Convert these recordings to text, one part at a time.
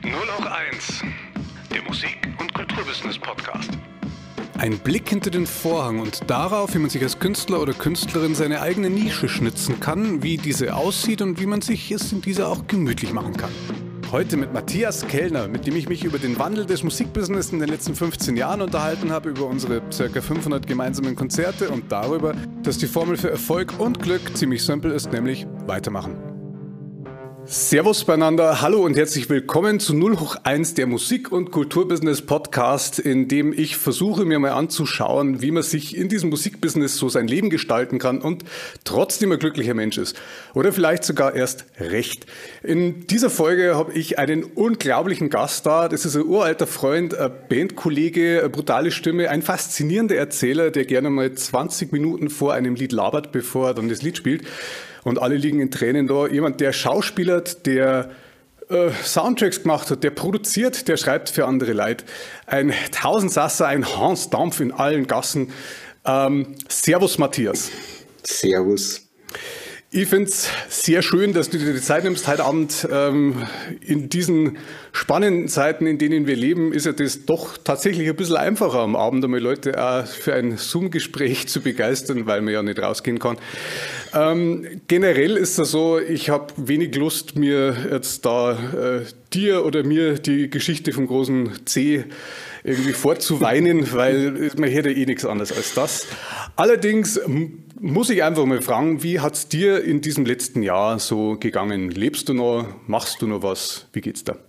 Nur noch eins, der Musik- und Kulturbusiness-Podcast. Ein Blick hinter den Vorhang und darauf, wie man sich als Künstler oder Künstlerin seine eigene Nische schnitzen kann, wie diese aussieht und wie man sich es in dieser auch gemütlich machen kann. Heute mit Matthias Kellner, mit dem ich mich über den Wandel des Musikbusiness in den letzten 15 Jahren unterhalten habe, über unsere ca. 500 gemeinsamen Konzerte und darüber, dass die Formel für Erfolg und Glück ziemlich simpel ist, nämlich weitermachen. Servus beieinander, hallo und herzlich willkommen zu 0-1, der Musik- und Kulturbusiness-Podcast, in dem ich versuche, mir mal anzuschauen, wie man sich in diesem Musikbusiness so sein Leben gestalten kann und trotzdem ein glücklicher Mensch ist. Oder vielleicht sogar erst recht. In dieser Folge habe ich einen unglaublichen Gast da. Das ist ein uralter Freund, ein Bandkollege, eine brutale Stimme, ein faszinierender Erzähler, der gerne mal 20 Minuten vor einem Lied labert, bevor er dann das Lied spielt. Und alle liegen in Tränen da. Jemand, der schauspielert, der Soundtracks gemacht hat, der produziert, der schreibt für andere Leute. Ein Tausendsasser, ein Hans Dampf in allen Gassen. Servus, Matthias. Servus. Ich finde es sehr schön, dass du dir die Zeit nimmst heute Abend. In diesen spannenden Zeiten, in denen wir leben, ist ja das doch tatsächlich ein bisschen einfacher am Abend, einmal Leute auch für ein Zoom-Gespräch zu begeistern, weil man ja nicht rausgehen kann. Generell ist es so, ich habe wenig Lust, mir jetzt da dir oder mir die Geschichte vom großen C irgendwie vorzuweinen, weil man hätte eh nichts anderes als das. Allerdings muss ich einfach mal fragen, wie hat es dir in diesem letzten Jahr so gegangen? Lebst du noch? Machst du noch was? Wie geht's da?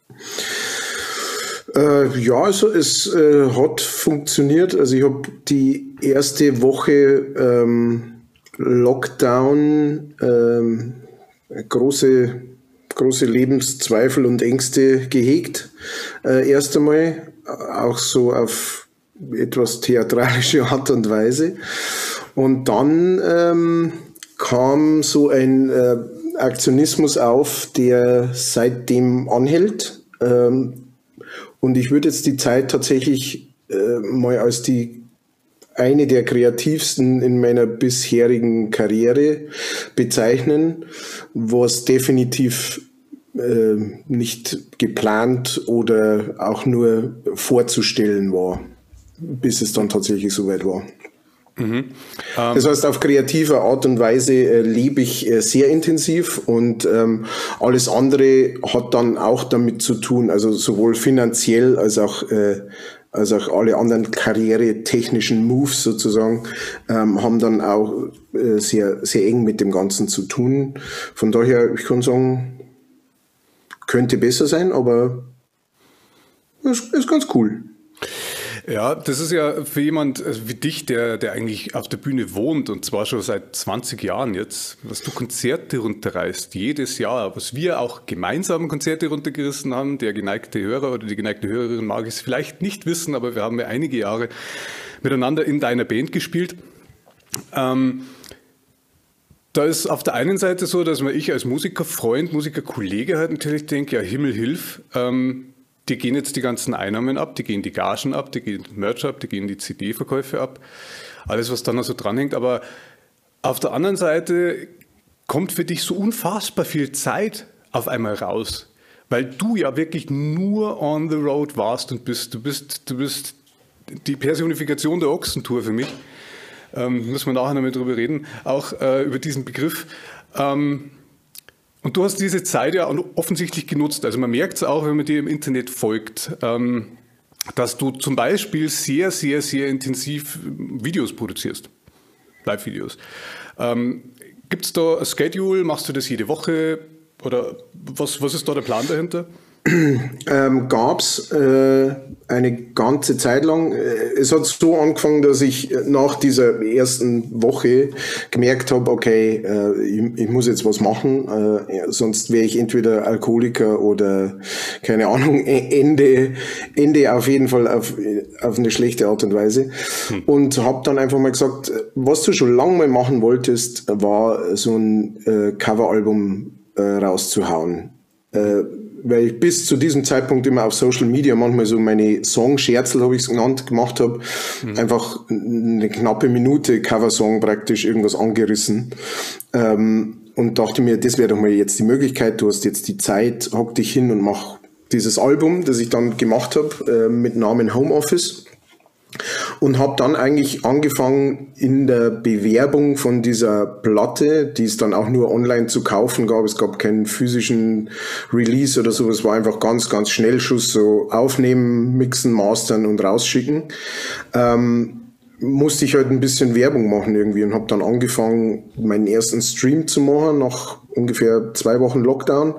Ja, also es hat funktioniert. Also ich habe die erste Woche Lockdown, große Lebenszweifel und Ängste gehegt. Erst einmal auch so auf etwas theatralische Art und Weise. Und dann kam so ein Aktionismus auf, der seitdem anhält. Und ich würde jetzt die Zeit tatsächlich mal als eine der kreativsten in meiner bisherigen Karriere bezeichnen, was definitiv nicht geplant oder auch nur vorzustellen war, bis es dann tatsächlich soweit war. Das heißt, auf kreative Art und Weise lebe ich sehr intensiv und alles andere hat dann auch damit zu tun, also sowohl finanziell als auch alle anderen karrieretechnischen Moves sozusagen, haben dann auch sehr, sehr eng mit dem Ganzen zu tun. Von daher, ich kann sagen, könnte besser sein, aber ist ganz cool. Ja, das ist ja für jemand wie dich, der eigentlich auf der Bühne wohnt und zwar schon seit 20 Jahren jetzt, was du Konzerte runterreißt, jedes Jahr, was wir auch gemeinsam Konzerte runtergerissen haben. Der geneigte Hörer oder die geneigte Hörerin mag es vielleicht nicht wissen, aber wir haben ja einige Jahre miteinander in deiner Band gespielt. Da ist auf der einen Seite so, dass ich als Musikerfreund, Musikerkollege halt natürlich denke, ja Himmel hilf, die gehen jetzt die ganzen Einnahmen ab, die gehen die Gagen ab, die gehen Merch ab, die gehen die CD-Verkäufe ab, alles was dann noch so dranhängt. Aber auf der anderen Seite kommt für dich so unfassbar viel Zeit auf einmal raus, weil du ja wirklich nur on the road warst und bist. Du bist die Personifikation der Ochsentour für mich. Müssen wir nachher noch mal drüber reden, auch über diesen Begriff. Und du hast diese Zeit ja offensichtlich genutzt. Also man merkt es auch, wenn man dir im Internet folgt, dass du zum Beispiel sehr, sehr, sehr intensiv Videos produzierst, Live-Videos. Gibt es da ein Schedule? Machst du das jede Woche? Oder was ist da der Plan dahinter? Gab es eine ganze Zeit lang. Es hat so angefangen, dass ich nach dieser ersten Woche gemerkt habe, okay, ich muss jetzt was machen, sonst wäre ich entweder Alkoholiker oder, keine Ahnung, Ende auf jeden Fall auf eine schlechte Art und Weise. Und habe dann einfach mal gesagt, was du schon lange mal machen wolltest, war so ein Coveralbum rauszuhauen. Weil ich bis zu diesem Zeitpunkt immer auf Social Media manchmal so meine Song-Scherzel, habe ich es genannt, gemacht habe. Einfach eine knappe Minute Coversong praktisch, irgendwas angerissen. Und dachte mir, das wäre doch mal jetzt die Möglichkeit, du hast jetzt die Zeit, hock dich hin und mach dieses Album, das ich dann gemacht habe, mit Namen Homeoffice. Und habe dann eigentlich angefangen in der Bewerbung von dieser Platte, die es dann auch nur online zu kaufen gab. Es gab keinen physischen Release oder so. Es war einfach ganz, ganz Schnellschuss, so aufnehmen, mixen, mastern und rausschicken. Musste ich halt ein bisschen Werbung machen irgendwie und habe dann angefangen, meinen ersten Stream zu machen nach ungefähr 2 Wochen Lockdown.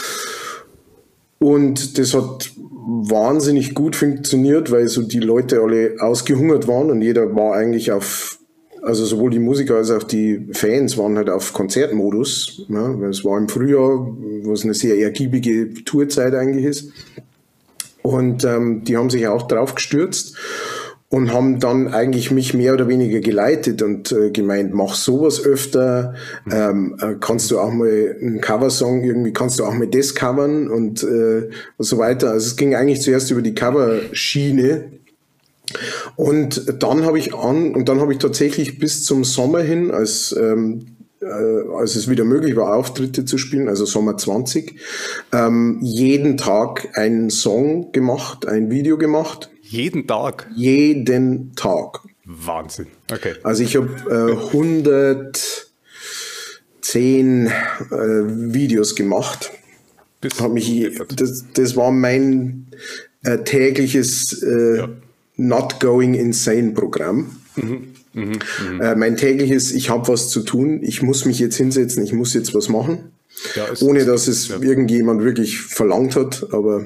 Und das hat wahnsinnig gut funktioniert, weil so die Leute alle ausgehungert waren und jeder war eigentlich also sowohl die Musiker als auch die Fans waren halt auf Konzertmodus. Ja, es war im Frühjahr, was eine sehr ergiebige Tourzeit eigentlich ist. Und die haben sich auch drauf gestürzt und haben dann eigentlich mich mehr oder weniger geleitet und gemeint, mach sowas öfter, kannst du auch mal einen Coversong irgendwie, kannst du auch mal das covern und so weiter. Also es ging eigentlich zuerst über die Coverschiene und dann habe ich tatsächlich bis zum Sommer hin, als es wieder möglich war, Auftritte zu spielen, also Sommer 20, jeden Tag einen Song gemacht, ein Video gemacht. Jeden Tag? Jeden Tag. Wahnsinn. Okay. Also ich habe 110 Videos gemacht. Das war mein tägliches Not Going Insane Programm. Mein tägliches, ich habe was zu tun, ich muss mich jetzt hinsetzen, ich muss jetzt was machen. Ja, ohne dass es irgendjemand wirklich verlangt hat. Aber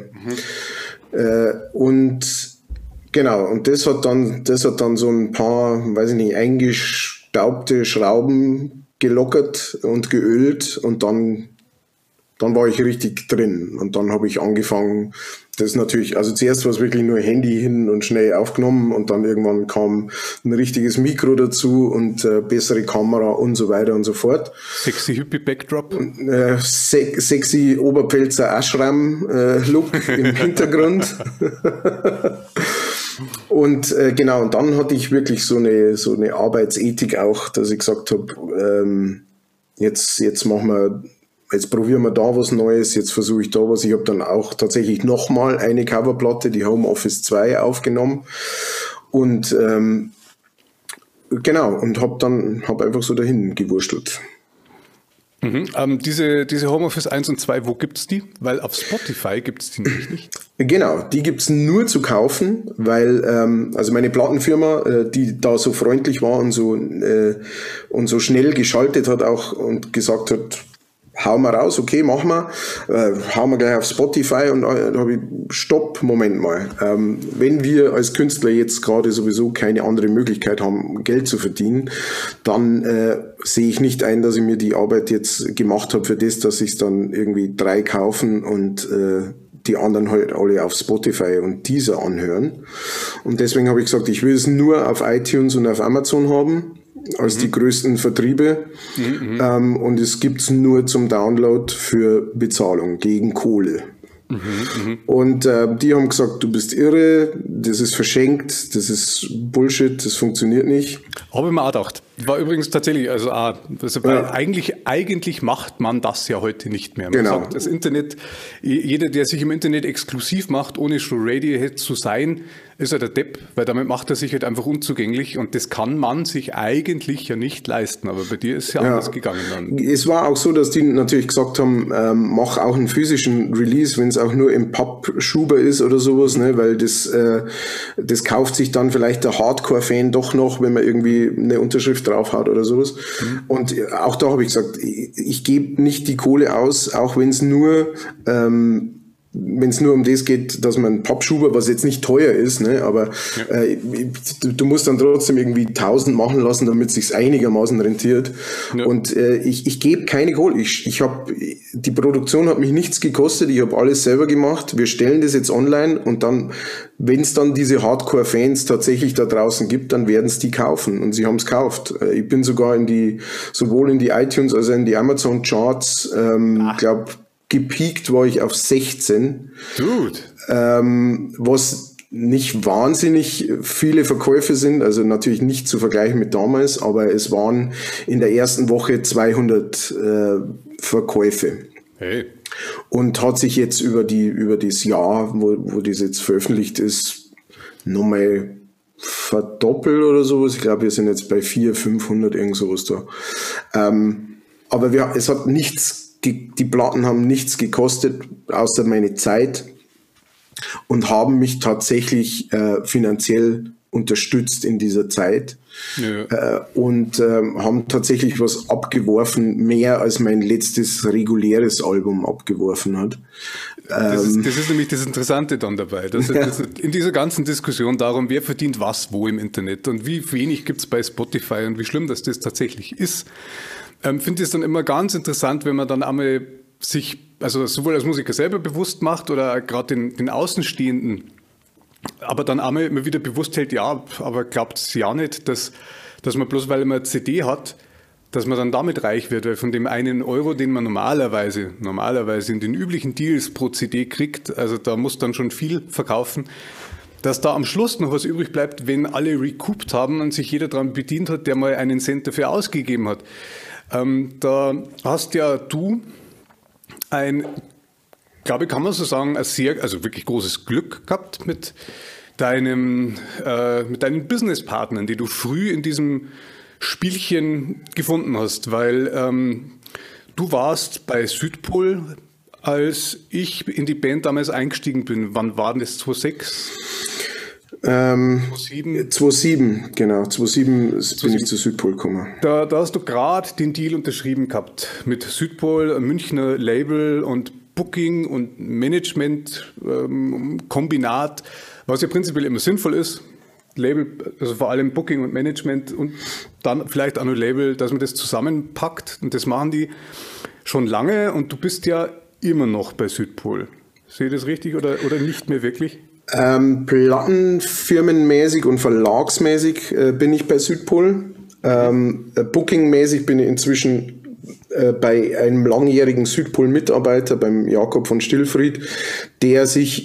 und genau, und das hat dann so ein paar, weiß ich nicht, eingestaubte Schrauben gelockert und geölt und dann war ich richtig drin und dann habe ich angefangen, das natürlich, also zuerst war es wirklich nur Handy hin und schnell aufgenommen und dann irgendwann kam ein richtiges Mikro dazu und bessere Kamera und so weiter und so fort. Sexy Hippie Backdrop. Sexy Oberpelzer Ashram Look im Hintergrund. Und genau, und dann hatte ich wirklich so eine Arbeitsethik auch, dass ich gesagt habe, jetzt probieren wir da was Neues, jetzt versuche ich da was. Ich habe dann auch tatsächlich nochmal eine Coverplatte, die Homeoffice 2, aufgenommen und genau, und habe einfach so dahin gewurschtelt. Diese Homeoffice 1 und 2, wo gibt's die? Weil auf Spotify gibt's die nämlich nicht. Genau, die gibt's nur zu kaufen, weil also meine Plattenfirma, die da so freundlich war und so schnell geschaltet hat auch und gesagt hat, hau mal raus, okay, mach mal, hau mal gleich auf Spotify und da habe ich, stopp, Moment mal. Wenn wir als Künstler jetzt gerade sowieso keine andere Möglichkeit haben, Geld zu verdienen, dann sehe ich nicht ein, dass ich mir die Arbeit jetzt gemacht habe für das, dass ich es dann irgendwie 3 kaufen und die anderen halt alle auf Spotify und Deezer anhören. Und deswegen habe ich gesagt, ich will es nur auf iTunes und auf Amazon haben, als die größten Vertriebe. Und es gibt es nur zum Download für Bezahlung gegen Kohle. Und die haben gesagt, du bist irre, das ist verschenkt, das ist Bullshit, das funktioniert nicht. Habe ich mir auch gedacht. War übrigens tatsächlich, eigentlich macht man das ja heute nicht mehr. Man sagt, das Internet, jeder, der sich im Internet exklusiv macht, ohne schon Radiohead zu sein, ist halt der Depp, weil damit macht er sich halt einfach unzugänglich und das kann man sich eigentlich ja nicht leisten, aber bei dir ist es ja anders gegangen dann. Es war auch so, dass die natürlich gesagt haben, mach auch einen physischen Release, wenn es auch nur im Pappschuber ist oder sowas, ne, weil das kauft sich dann vielleicht der Hardcore-Fan doch noch, wenn man irgendwie eine Unterschrift draufhaut oder sowas. Und auch da habe ich gesagt, ich gebe nicht die Kohle aus, auch wenn es nur um das geht, dass man Pappschuber, was jetzt nicht teuer ist, ne, aber du musst dann trotzdem irgendwie 1000 machen lassen, damit es sich einigermaßen rentiert. Ja. Und ich gebe keine Kohle. Die Produktion hat mich nichts gekostet, ich habe alles selber gemacht. Wir stellen das jetzt online und dann, wenn es dann diese Hardcore-Fans tatsächlich da draußen gibt, dann werden es die kaufen und sie haben es gekauft. Ich bin sogar sowohl in die iTunes als auch in die Amazon-Charts, glaube gepiekt war ich auf 16. Dude. Was nicht wahnsinnig viele Verkäufe sind, also natürlich nicht zu vergleichen mit damals, aber es waren in der ersten Woche 200 Verkäufe. Hey. und hat sich jetzt über das Jahr, wo das jetzt veröffentlicht ist, nochmal verdoppelt oder sowas. Ich glaube, wir sind jetzt bei 400, 500, irgend sowas da. Aber es hat nichts, die Platten haben nichts gekostet, außer meine Zeit, und haben mich tatsächlich finanziell unterstützt in dieser Zeit. Ja. Und haben tatsächlich was abgeworfen, mehr als mein letztes reguläres Album abgeworfen hat. Das ist nämlich das Interessante dann dabei. In dieser ganzen Diskussion darum, wer verdient was wo im Internet und wie wenig gibt es bei Spotify und wie schlimm das tatsächlich ist, finde ich es dann immer ganz interessant, wenn man dann einmal sich, also sowohl als Musiker selber bewusst macht oder gerade den Außenstehenden, aber dann einmal immer wieder bewusst hält, ja, aber glaubt es ja nicht, dass man bloß, weil man eine CD hat, dass man dann damit reich wird, weil von dem einen Euro, den man normalerweise in den üblichen Deals pro CD kriegt, also da muss dann schon viel verkaufen, dass da am Schluss noch was übrig bleibt, wenn alle recouped haben und sich jeder daran bedient hat, der mal einen Cent dafür ausgegeben hat. Da hast ja du glaube ich, kann man so sagen, also wirklich großes Glück gehabt mit deinen Businesspartnern, die du früh in diesem Spielchen gefunden hast, weil du warst bei Südpol, als ich in die Band damals eingestiegen bin. Wann war denn das? 2006? 2007, genau. 2007 bin ich zu Südpol gekommen. Da hast du gerade den Deal unterschrieben gehabt mit Südpol, Münchner Label und Booking und Management Kombinat, was ja prinzipiell immer sinnvoll ist. Label, also vor allem Booking und Management und dann vielleicht auch noch Label, dass man das zusammenpackt, und das machen die schon lange, und du bist ja immer noch bei Südpol. Sehe ich das richtig oder nicht mehr wirklich? Plattenfirmenmäßig und verlagsmäßig bin ich bei Südpol. Bookingmäßig bin ich inzwischen bei einem langjährigen Südpol-Mitarbeiter, beim Jakob von Stillfried, der sich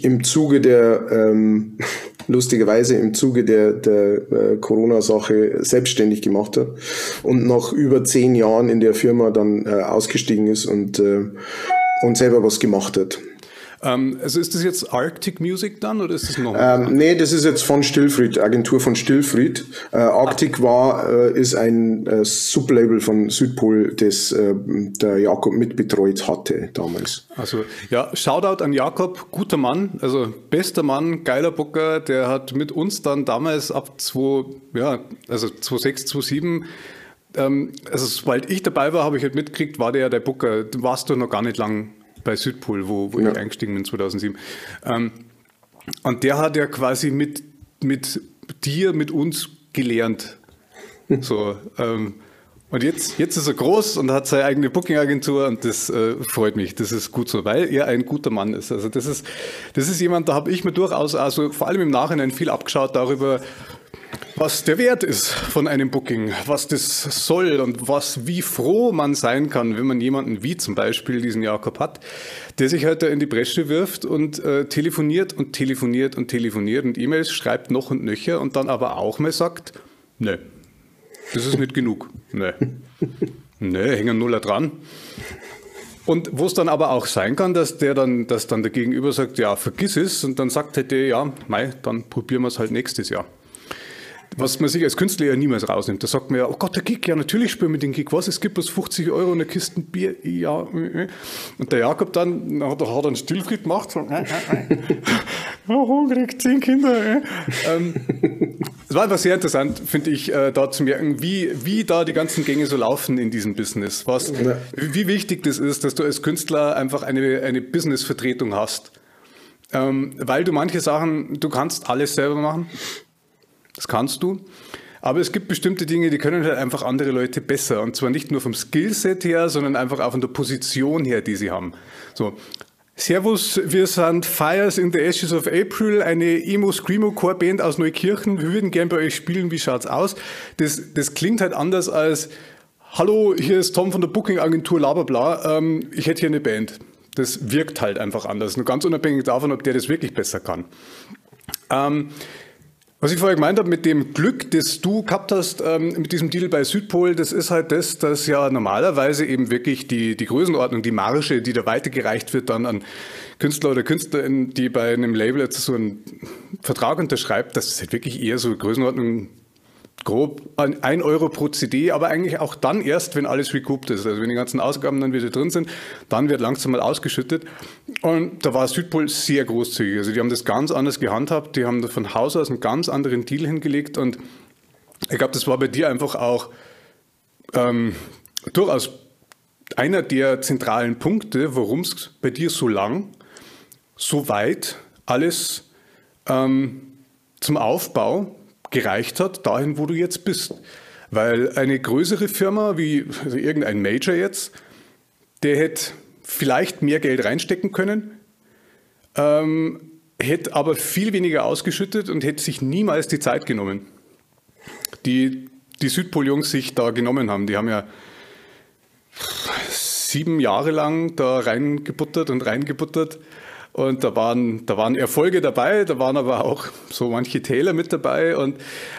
lustigerweise im Zuge der Corona-Sache selbstständig gemacht hat und nach über 10 Jahren in der Firma dann ausgestiegen ist und selber was gemacht hat. Also ist das jetzt Arctic Music dann oder ist das noch? Nee, das ist jetzt von Stillfried, Agentur von Stillfried. Arctic ist ein Sublabel von Südpol, das der Jakob mitbetreut hatte damals. Also ja, Shoutout an Jakob, guter Mann, also bester Mann, geiler Booker, der hat mit uns dann damals ab 2006, 2007, also sobald ich dabei war, habe ich halt mitgekriegt, war der ja der Booker. Du warst doch noch gar nicht lang bei Südpol, wo ich eingestiegen bin 2007. Und der hat ja quasi mit uns gelernt. So, und jetzt ist er groß und hat seine eigene Booking-Agentur, und das freut mich. Das ist gut so, weil er ein guter Mann ist. Also das ist jemand, da habe ich mir durchaus, also vor allem im Nachhinein, viel abgeschaut darüber, was der Wert ist von einem Booking, was das soll und wie froh man sein kann, wenn man jemanden wie zum Beispiel diesen Jakob hat, der sich halt da in die Bresche wirft und telefoniert und E-Mails schreibt noch und nöcher und dann aber auch mal sagt, ne, das ist nicht genug. Ne, hängen Nuller dran. Und wo es dann aber auch sein kann, dass dann der Gegenüber sagt, ja, vergiss es, und dann sagt halt der, ja, dann probieren wir es halt nächstes Jahr. Was man sich als Künstler ja niemals rausnimmt. Da sagt man ja, oh Gott, der Gig, ja natürlich spielen wir den Gig. Was, es gibt bloß 50 € und eine Kiste Bier. Ja. Und der Jakob dann hat einen Stillfried gemacht. So, hungrig, 10 Kinder. Es war einfach sehr interessant, finde ich, da zu merken, wie da die ganzen Gänge so laufen in diesem Business. Wie wichtig das ist, dass du als Künstler einfach eine Business-Vertretung hast. Weil du manche Sachen, du kannst alles selber machen. Das kannst du. Aber es gibt bestimmte Dinge, die können halt einfach andere Leute besser. Und zwar nicht nur vom Skillset her, sondern einfach auch von der Position her, die sie haben. So. Servus, wir sind Fires in the Ashes of April, eine Emo-Screamo-Core-Band aus Neukirchen. Wir würden gern bei euch spielen. Wie schaut's aus? Das klingt halt anders als, hallo, hier ist Tom von der Booking-Agentur, blablabla. Ich hätte hier eine Band. Das wirkt halt einfach anders. Nur ganz unabhängig davon, ob der das wirklich besser kann. Was ich vorher gemeint habe mit dem Glück, das du gehabt hast mit diesem Deal bei Südpol, das ist halt das, dass ja normalerweise eben wirklich die Größenordnung, die Marge, die da weitergereicht wird dann an Künstler oder Künstlerin, die bei einem Label jetzt so einen Vertrag unterschreibt, das ist halt wirklich eher so Größenordnung grob 1 Euro pro CD, aber eigentlich auch dann erst, wenn alles recouped ist. Also wenn die ganzen Ausgaben dann wieder drin sind, dann wird langsam mal ausgeschüttet. Und da war Südpol sehr großzügig. Also die haben das ganz anders gehandhabt. Die haben da von Haus aus einen ganz anderen Deal hingelegt. Und ich glaube, das war bei dir einfach auch durchaus einer der zentralen Punkte, warum es bei dir so lang, so weit alles zum Aufbau gereicht hat, dahin, wo du jetzt bist. Weil eine größere Firma, wie also irgendein Major jetzt, der hätte vielleicht mehr Geld reinstecken können, hätte aber viel weniger ausgeschüttet und hätte sich niemals die Zeit genommen, die Südpol-Jungs sich da genommen haben. Die haben ja 7 Jahre lang da reingebuttert und da waren Erfolge dabei, da waren aber auch so manche Täler mit dabei und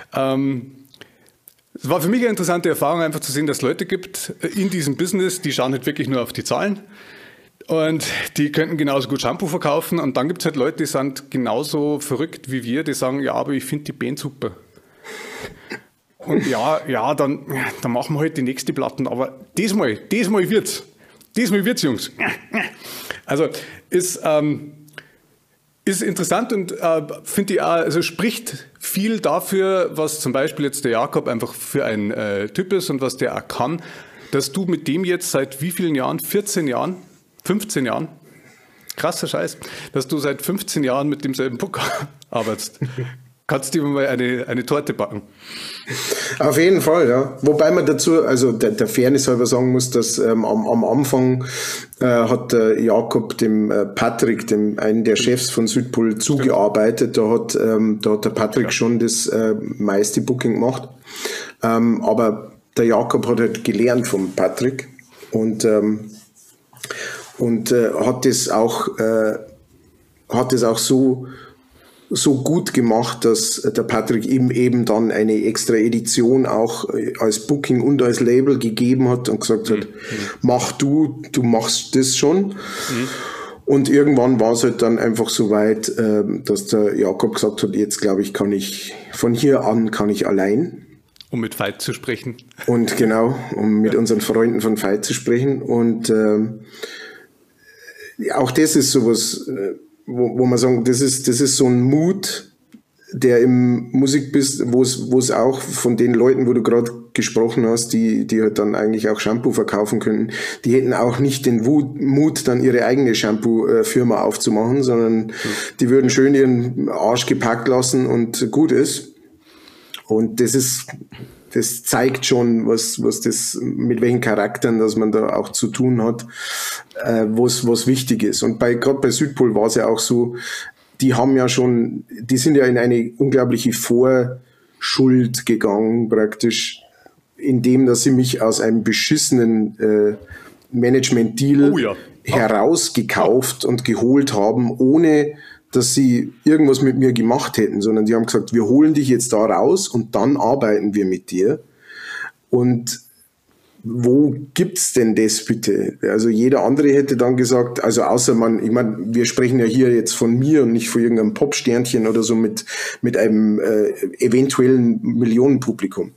es war für mich eine interessante Erfahrung, einfach zu sehen, dass es Leute gibt in diesem Business, die schauen halt wirklich nur auf die Zahlen und die könnten genauso gut Shampoo verkaufen und dann gibt es halt Leute, die sind genauso verrückt wie wir, die sagen, ja, aber ich finde die Band super. Und dann machen wir halt die nächste Platten, aber diesmal wird's. Diesmal wird's, Jungs. Also ist interessant und finde ich auch, also spricht viel dafür, was zum Beispiel jetzt der Jakob einfach für ein Typ ist und was der auch kann, dass du mit dem jetzt seit wie vielen Jahren? 14 Jahren? 15 Jahren? Krasser Scheiß, dass du seit 15 Jahren mit demselben Puck arbeitest. Kannst du dir mal eine Torte backen? Auf jeden Fall, ja. Wobei man dazu, also der Fairness halber sagen muss, dass am Anfang hat der Jakob dem Patrick, einen der Chefs von Südpol, zugearbeitet. Da hat der Patrick schon das meiste Booking gemacht. Aber der Jakob hat halt gelernt vom Patrick und hat das auch so gut gemacht, dass der Patrick ihm eben dann eine extra Edition auch als Booking und als Label gegeben hat und gesagt hat, mach du machst das schon. Und irgendwann war es halt dann einfach so weit, dass der Jakob gesagt hat, jetzt glaube ich, von hier an kann ich allein. Um mit Veit zu sprechen. Und genau, um mit unseren Freunden von Veit zu sprechen. Und auch das ist sowas, wo man sagen, das ist so ein Mut, der im Musikbusiness, wo es auch von den Leuten, wo du gerade gesprochen hast, die halt dann eigentlich auch Shampoo verkaufen können, die hätten auch nicht den Mut, dann ihre eigene Shampoo-Firma aufzumachen, sondern die würden schön ihren Arsch gepackt lassen und gut ist. Und das zeigt schon, was das, mit welchen Charakteren, dass man da auch zu tun hat, was wichtig ist. Und gerade bei Südpol war es ja auch so, die sind ja in eine unglaubliche Vorschuld gegangen, praktisch, indem, dass sie mich aus einem beschissenen Management-Deal herausgekauft und geholt haben, ohne dass sie irgendwas mit mir gemacht hätten, sondern die haben gesagt, wir holen dich jetzt da raus und dann arbeiten wir mit dir. Und wo gibt's denn das bitte? Also jeder andere hätte dann gesagt, also außer wir sprechen ja hier jetzt von mir und nicht von irgendeinem Popsternchen oder so mit einem eventuellen Millionenpublikum.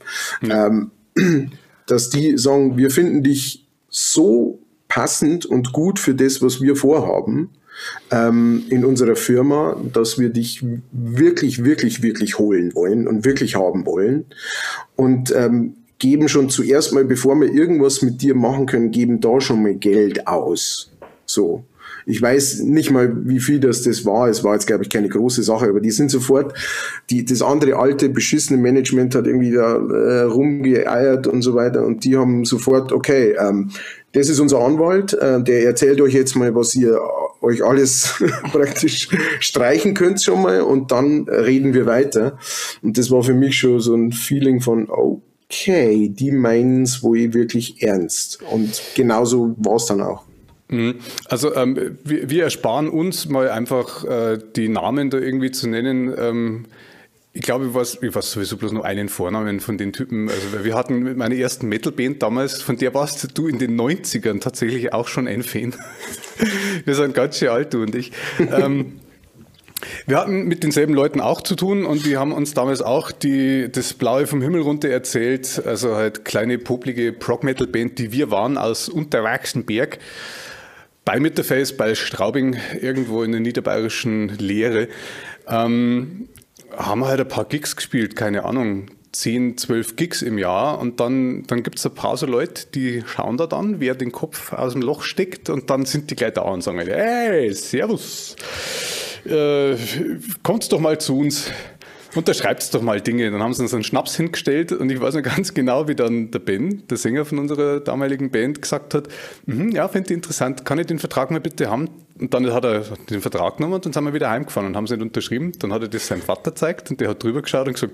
Dass die sagen, wir finden dich so passend und gut für das, was wir vorhaben, in unserer Firma, dass wir dich wirklich, wirklich, wirklich holen wollen und wirklich haben wollen und geben schon zuerst mal, bevor wir irgendwas mit dir machen können, geben da schon mal Geld aus. So. Ich weiß nicht mal, wie viel das war. Es war jetzt, glaube ich, keine große Sache, aber die sind sofort, das andere alte, beschissene Management hat irgendwie da rumgeeiert und so weiter und die haben sofort, okay, das ist unser Anwalt, der erzählt euch jetzt mal, was ihr euch alles praktisch streichen könnt schon mal und dann reden wir weiter. Und das war für mich schon so ein Feeling von, okay, die meinen es wohl wirklich ernst. Und genauso war es dann auch. Also wir ersparen uns mal einfach die Namen da irgendwie zu nennen. Ich glaube, ich weiß sowieso bloß nur einen Vornamen von den Typen. Also wir hatten mit meiner ersten Metal-Band damals, von der warst du in den 90ern tatsächlich auch schon ein Fan. Wir sind ganz schön alt, du und ich. Wir hatten mit denselben Leuten auch zu tun und die haben uns damals auch das Blaue vom Himmel runter erzählt. Also halt kleine, poplige Prog-Metal-Band, die wir waren aus Unterwachsenberg. Bei Mitterfels, bei Straubing, irgendwo in der niederbayerischen Leere. Haben wir halt ein paar Gigs gespielt, keine Ahnung, 10, 12 Gigs im Jahr und dann gibt es ein paar so Leute, die schauen da dann, wer den Kopf aus dem Loch steckt und dann sind die gleich da und sagen, hey, servus, kommt doch mal zu uns, unterschreibt doch mal Dinge. Dann haben sie uns einen Schnaps hingestellt und ich weiß noch ganz genau, wie dann der Ben, der Sänger von unserer damaligen Band, gesagt hat, ja, finde ich interessant, kann ich den Vertrag mal bitte haben? Und dann hat er den Vertrag genommen und dann sind wir wieder heimgefahren und haben es nicht unterschrieben. Dann hat er das seinem Vater gezeigt und der hat drüber geschaut und gesagt,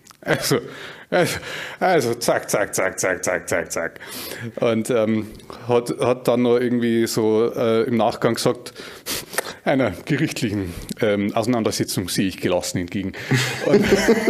also zack, zack, zack, zack, zack, zack, zack. Und hat dann noch irgendwie so im Nachgang gesagt, einer gerichtlichen Auseinandersetzung sehe ich gelassen entgegen. Und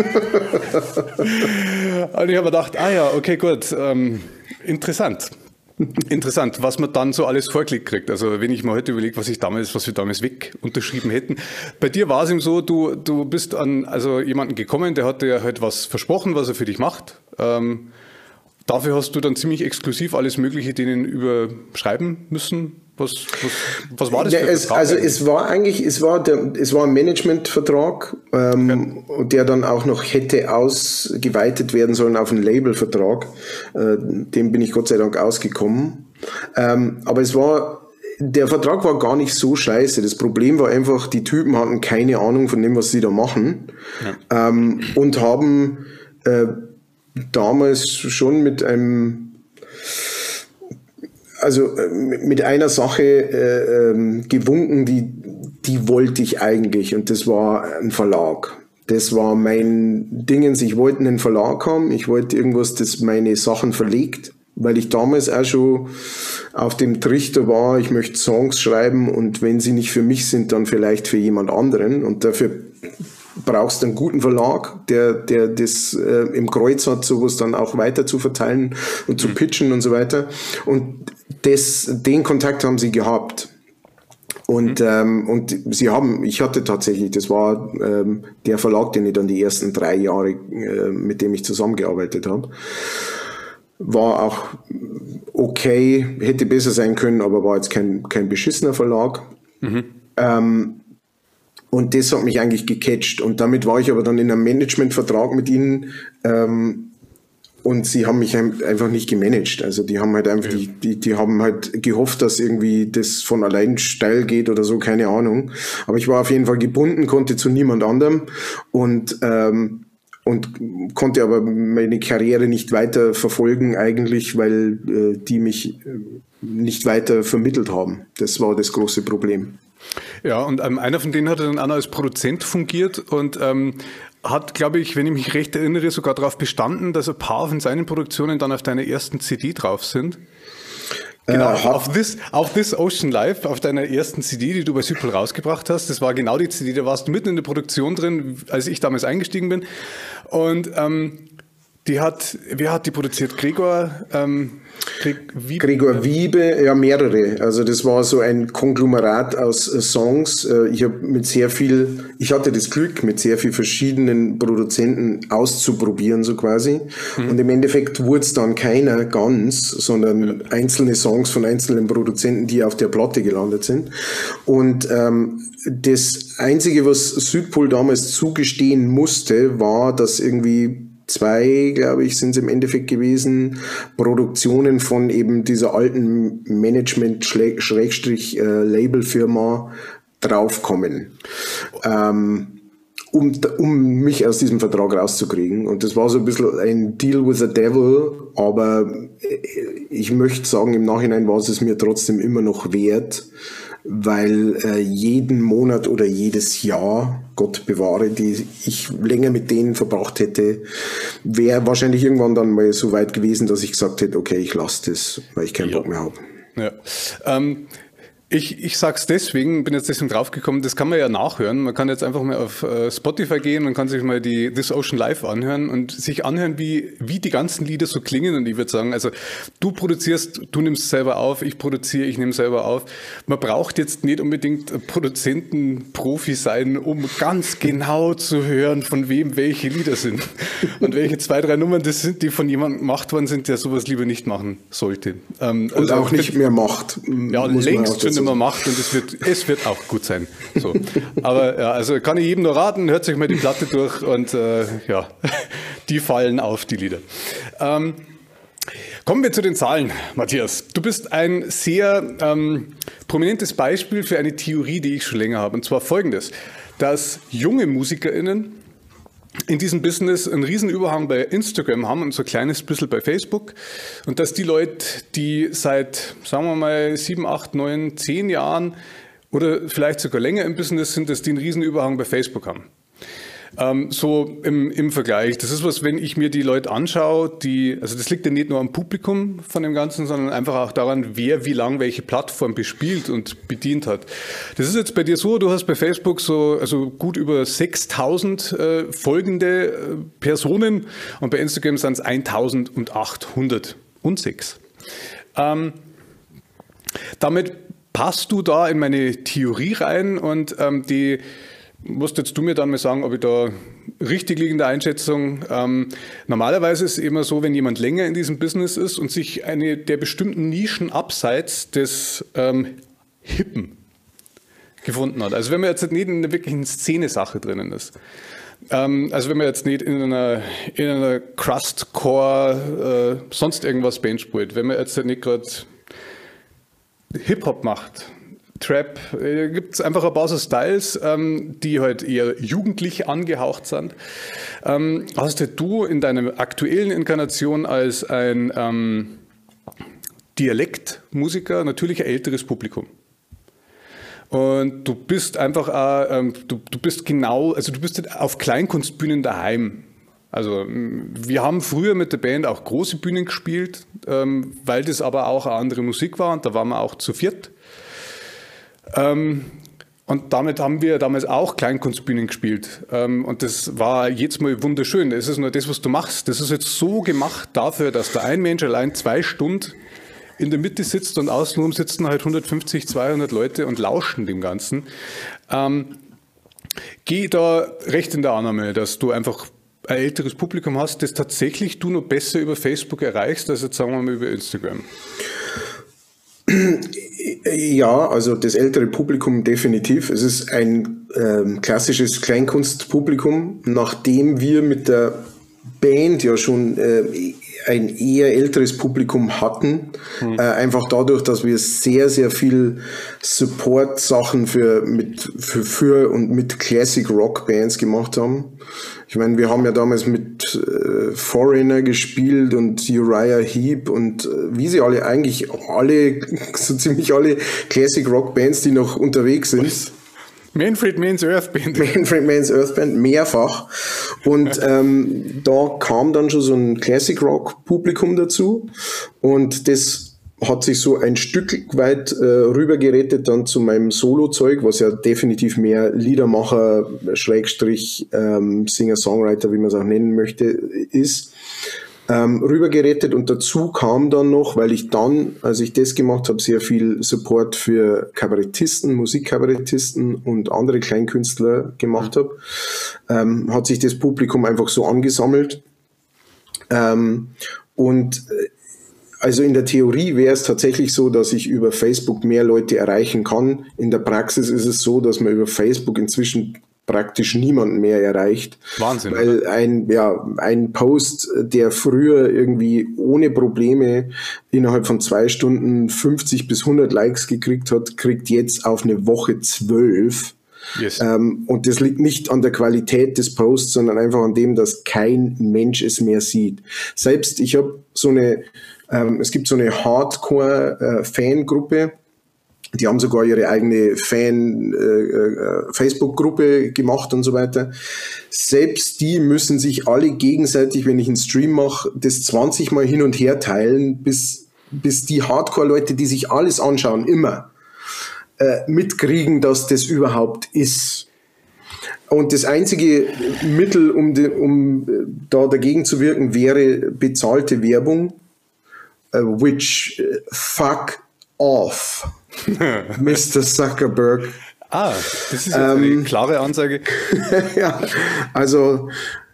ich habe mir gedacht, ja, okay, gut, interessant. Interessant, was man dann so alles vorgelegt kriegt. Also wenn ich mir heute überlege, was wir damals weg unterschrieben hätten. Bei dir war es eben so, du bist an jemanden gekommen, der hat dir halt was versprochen, was er für dich macht. Dafür hast du dann ziemlich exklusiv alles Mögliche denen überschreiben müssen. Was war das für ein Vertrag? Also es war ein Managementvertrag, der dann auch noch hätte ausgeweitet werden sollen auf einen Labelvertrag. Dem bin ich Gott sei Dank ausgekommen. Aber der Vertrag war gar nicht so scheiße. Das Problem war einfach, die Typen hatten keine Ahnung von dem, was sie da machen. Ja. Und haben damals schon mit einer Sache gewunken, die wollte ich eigentlich, und das war ein Verlag. Das war mein Dingens, ich wollte einen Verlag haben, ich wollte irgendwas, das meine Sachen verlegt, weil ich damals auch schon auf dem Trichter war, ich möchte Songs schreiben und wenn sie nicht für mich sind, dann vielleicht für jemand anderen, und dafür brauchst einen guten Verlag, der das im Kreuz hat, sowas dann auch weiter zu verteilen und zu pitchen und so weiter. Und den Kontakt haben sie gehabt. Und ich hatte tatsächlich, das war der Verlag, den ich dann die ersten 3 Jahre, mit dem ich zusammengearbeitet habe. War auch okay, hätte besser sein können, aber war jetzt kein beschissener Verlag. Und das hat mich eigentlich gecatcht. Und damit war ich aber dann in einem Managementvertrag mit ihnen. Und sie haben mich einfach nicht gemanagt. Also die haben halt einfach, die haben halt gehofft, dass irgendwie das von allein steil geht oder so, keine Ahnung. Aber ich war auf jeden Fall gebunden, konnte zu niemand anderem und konnte aber meine Karriere nicht weiter verfolgen eigentlich, weil die mich nicht weiter vermittelt haben. Das war das große Problem. Ja, und einer von denen hat dann auch noch als Produzent fungiert und hat, glaube ich, wenn ich mich recht erinnere, sogar darauf bestanden, dass ein paar von seinen Produktionen dann auf deiner ersten CD drauf sind. Genau, auf This Ocean Life, auf deiner ersten CD, die du bei Südpol rausgebracht hast. Das war genau die CD, da warst du mitten in der Produktion drin, als ich damals eingestiegen bin. Und wer hat die produziert? Gregor Wiebe, ja, mehrere. Also das war so ein Konglomerat aus Songs. Ich hatte das Glück, mit sehr vielen verschiedenen Produzenten auszuprobieren, so quasi. Und im Endeffekt wurde es dann keiner ganz, sondern einzelne Songs von einzelnen Produzenten, die auf der Platte gelandet sind. Und das Einzige, was Südpol damals zugestehen musste, war, dass irgendwie 2, glaube ich, sind es im Endeffekt gewesen, Produktionen von eben dieser alten Management-Labelfirma draufkommen, um mich aus diesem Vertrag rauszukriegen. Und das war so ein bisschen ein Deal with the Devil, aber ich möchte sagen, im Nachhinein war es mir trotzdem immer noch wert, weil jeden Monat oder jedes Jahr, Gott bewahre, die ich länger mit denen verbracht hätte, wäre wahrscheinlich irgendwann dann mal so weit gewesen, dass ich gesagt hätte, okay, ich lasse das, weil ich keinen Bock mehr habe. Ja. Ich sag's deswegen, bin jetzt deswegen draufgekommen, das kann man ja nachhören. Man kann jetzt einfach mal auf Spotify gehen und kann sich mal die This Ocean Live anhören und sich anhören, wie die ganzen Lieder so klingen. Und ich würde sagen, also du produzierst, du nimmst selber auf, ich produziere, ich nehme selber auf. Man braucht jetzt nicht unbedingt Produzenten-Profi sein, um ganz genau zu hören, von wem welche Lieder sind. Und welche 2, 3 Nummern das sind, die von jemandem gemacht worden sind, der sowas lieber nicht machen sollte. Und also auch nicht mehr macht. Ja, längst schon immer macht und es wird auch gut sein. So. Aber ja, also kann ich jedem nur raten, hört sich mal die Platte durch und ja, die fallen auf, die Lieder. Kommen wir zu den Zahlen, Matthias. Du bist ein sehr prominentes Beispiel für eine Theorie, die ich schon länger habe. Und zwar folgendes, dass junge MusikerInnen in diesem Business einen riesen Überhang bei Instagram haben und so ein kleines bisschen bei Facebook. Und dass die Leute, die seit, sagen wir mal, 7, 8, 9, 10 Jahren oder vielleicht sogar länger im Business sind, dass die einen riesen Überhang bei Facebook haben. So im Vergleich. Das ist was, wenn ich mir die Leute anschaue, also das liegt ja nicht nur am Publikum von dem Ganzen, sondern einfach auch daran, wer wie lang welche Plattform bespielt und bedient hat. Das ist jetzt bei dir so, du hast bei Facebook also gut über 6.000 folgende Personen und bei Instagram sind es 1.806. Damit passt du da in meine Theorie rein und musst jetzt du mir dann mal sagen, ob ich da richtig liege in der Einschätzung. Normalerweise ist es immer so, wenn jemand länger in diesem Business ist und sich eine der bestimmten Nischen abseits des Hippen gefunden hat. Also wenn man jetzt nicht in einer wirklichen Szene-Sache drinnen ist. Also wenn man jetzt nicht in einer Crustcore sonst irgendwas Band spielt, wenn man jetzt nicht gerade Hip-Hop macht, Trap, gibt es einfach ein paar so Styles, die halt eher jugendlich angehaucht sind. Hast du in deiner aktuellen Inkarnation als ein Dialektmusiker natürlich ein älteres Publikum. Und du bist einfach, du bist auf Kleinkunstbühnen daheim. Also wir haben früher mit der Band auch große Bühnen gespielt, weil das aber auch eine andere Musik war und da waren wir auch zu viert. Und damit haben wir damals auch Kleinkunstbühnen gespielt. Und das war jedes Mal wunderschön. Das ist nur das, was du machst. Das ist jetzt so gemacht dafür, dass da ein Mensch allein 2 Stunden in der Mitte sitzt und außenrum sitzen halt 150, 200 Leute und lauschen dem Ganzen. Geh da recht in der Annahme, dass du einfach ein älteres Publikum hast, das tatsächlich du noch besser über Facebook erreichst, als jetzt sagen wir mal über Instagram. Ja, also das ältere Publikum definitiv. Es ist ein klassisches Kleinkunstpublikum, nachdem wir mit der Band ja schon ein eher älteres Publikum hatten. Einfach dadurch, dass wir sehr, sehr viel Support-Sachen für und mit Classic Rock Bands gemacht haben. Ich meine, wir haben ja damals mit Foreigner gespielt und Uriah Heep und wie sie so ziemlich alle Classic Rock Bands, die noch unterwegs sind. Manfred Mann's Earth Band. Manfred Mann's Earth Band, mehrfach. Und da kam dann schon so ein Classic Rock Publikum dazu und das hat sich so ein Stück weit rübergerettet dann zu meinem Solo-Zeug, was ja definitiv mehr Liedermacher, Singer-Songwriter, wie man es auch nennen möchte, ist. Rübergerettet und dazu kam dann noch, weil ich dann, als ich das gemacht habe, sehr viel Support für Kabarettisten, Musikkabarettisten und andere Kleinkünstler gemacht habe, hat sich das Publikum einfach so angesammelt. Also in der Theorie wäre es tatsächlich so, dass ich über Facebook mehr Leute erreichen kann. In der Praxis ist es so, dass man über Facebook inzwischen praktisch niemanden mehr erreicht. Wahnsinn. Weil ein Post, der früher irgendwie ohne Probleme innerhalb von 2 Stunden 50 bis 100 Likes gekriegt hat, kriegt jetzt auf eine Woche 12. Yes. Und das liegt nicht an der Qualität des Posts, sondern einfach an dem, dass kein Mensch es mehr sieht. Selbst ich habe es gibt so eine Hardcore-Fangruppe, die haben sogar ihre eigene Facebook-Gruppe gemacht und so weiter. Selbst die müssen sich alle gegenseitig, wenn ich einen Stream mache, das 20 Mal hin und her teilen, bis die Hardcore-Leute, die sich alles anschauen, immer, mitkriegen, dass das überhaupt ist. Und das einzige Mittel, um da dagegen zu wirken, wäre bezahlte Werbung, which fuck off, Mr. Zuckerberg. Das ist jetzt eine klare Ansage. Ja, also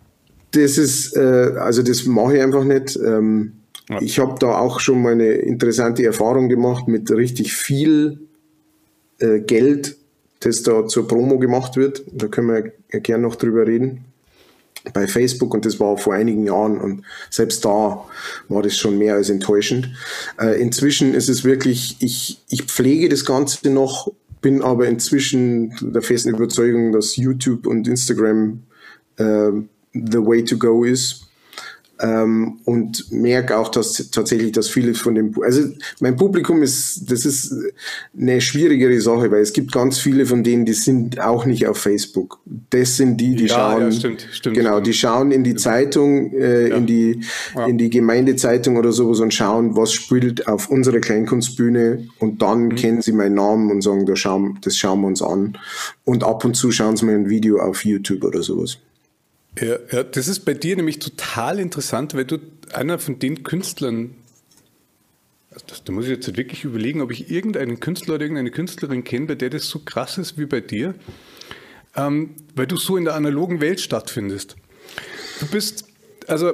das mache ich einfach nicht. Ich habe da auch schon mal eine interessante Erfahrung gemacht mit richtig viel Geld, das da zur Promo gemacht wird. Da können wir gerne noch drüber reden. Bei Facebook, und das war vor einigen Jahren, und selbst da war das schon mehr als enttäuschend. Inzwischen ist es wirklich, ich pflege das Ganze noch, bin aber inzwischen der festen Überzeugung, dass YouTube und Instagram the way to go ist. Und merke auch, dass tatsächlich, dass viele von dem, also mein Publikum das ist eine schwierigere Sache, weil es gibt ganz viele von denen, die sind auch nicht auf Facebook. Das sind die schauen, ja, stimmt, genau, die schauen in die Zeitung, in die Gemeindezeitung oder sowas und schauen, was spielt auf unserer Kleinkunstbühne, und dann kennen sie meinen Namen und sagen, das schauen wir uns an, und ab und zu schauen sie mir ein Video auf YouTube oder sowas. Ja, das ist bei dir nämlich total interessant, weil du einer von den Künstlern, also da muss ich jetzt wirklich überlegen, ob ich irgendeinen Künstler oder irgendeine Künstlerin kenne, bei der das so krass ist wie bei dir, weil du so in der analogen Welt stattfindest. Du bist, also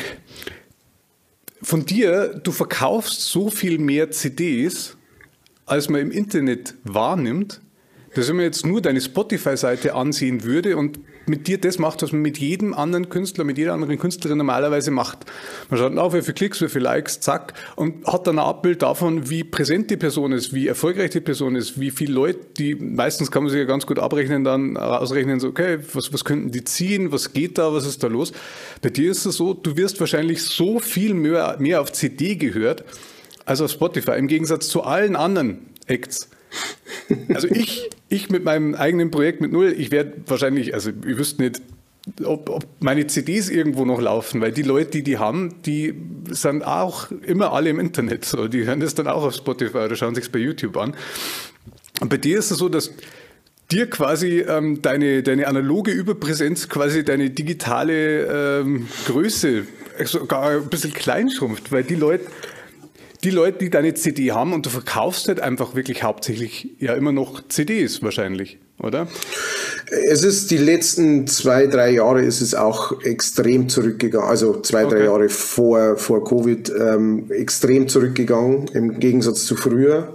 von dir, du verkaufst so viel mehr CDs, als man im Internet wahrnimmt, dass wenn man jetzt nur deine Spotify-Seite ansehen würde und mit dir das macht, was man mit jedem anderen Künstler, mit jeder anderen Künstlerin normalerweise macht. Man schaut auf, wie viele Klicks, wie viele Likes, zack, und hat dann ein Abbild davon, wie präsent die Person ist, wie erfolgreich die Person ist, wie viele Leute, die, meistens kann man sich ja ganz gut abrechnen, dann ausrechnen, so, okay, was könnten die ziehen, was geht da, was ist da los? Bei dir ist es so, du wirst wahrscheinlich so viel mehr auf CD gehört, als auf Spotify, im Gegensatz zu allen anderen Acts. Also ich mit meinem eigenen Projekt mit Null, ich werde wahrscheinlich, also ich wüsste nicht, ob meine CDs irgendwo noch laufen, weil die Leute, die haben, die sind auch immer alle im Internet, so, die hören das dann auch auf Spotify oder schauen sich es bei YouTube an. Und bei dir ist es so, dass dir quasi deine analoge Überpräsenz, quasi deine digitale Größe sogar ein bisschen klein schrumpft, weil die Leute, die deine CD haben, und du verkaufst halt einfach wirklich hauptsächlich ja immer noch CDs wahrscheinlich, oder? Es ist die letzten 2-3 Jahre ist es auch extrem zurückgegangen, also 2-3 Jahre vor Covid extrem zurückgegangen, im Gegensatz zu früher.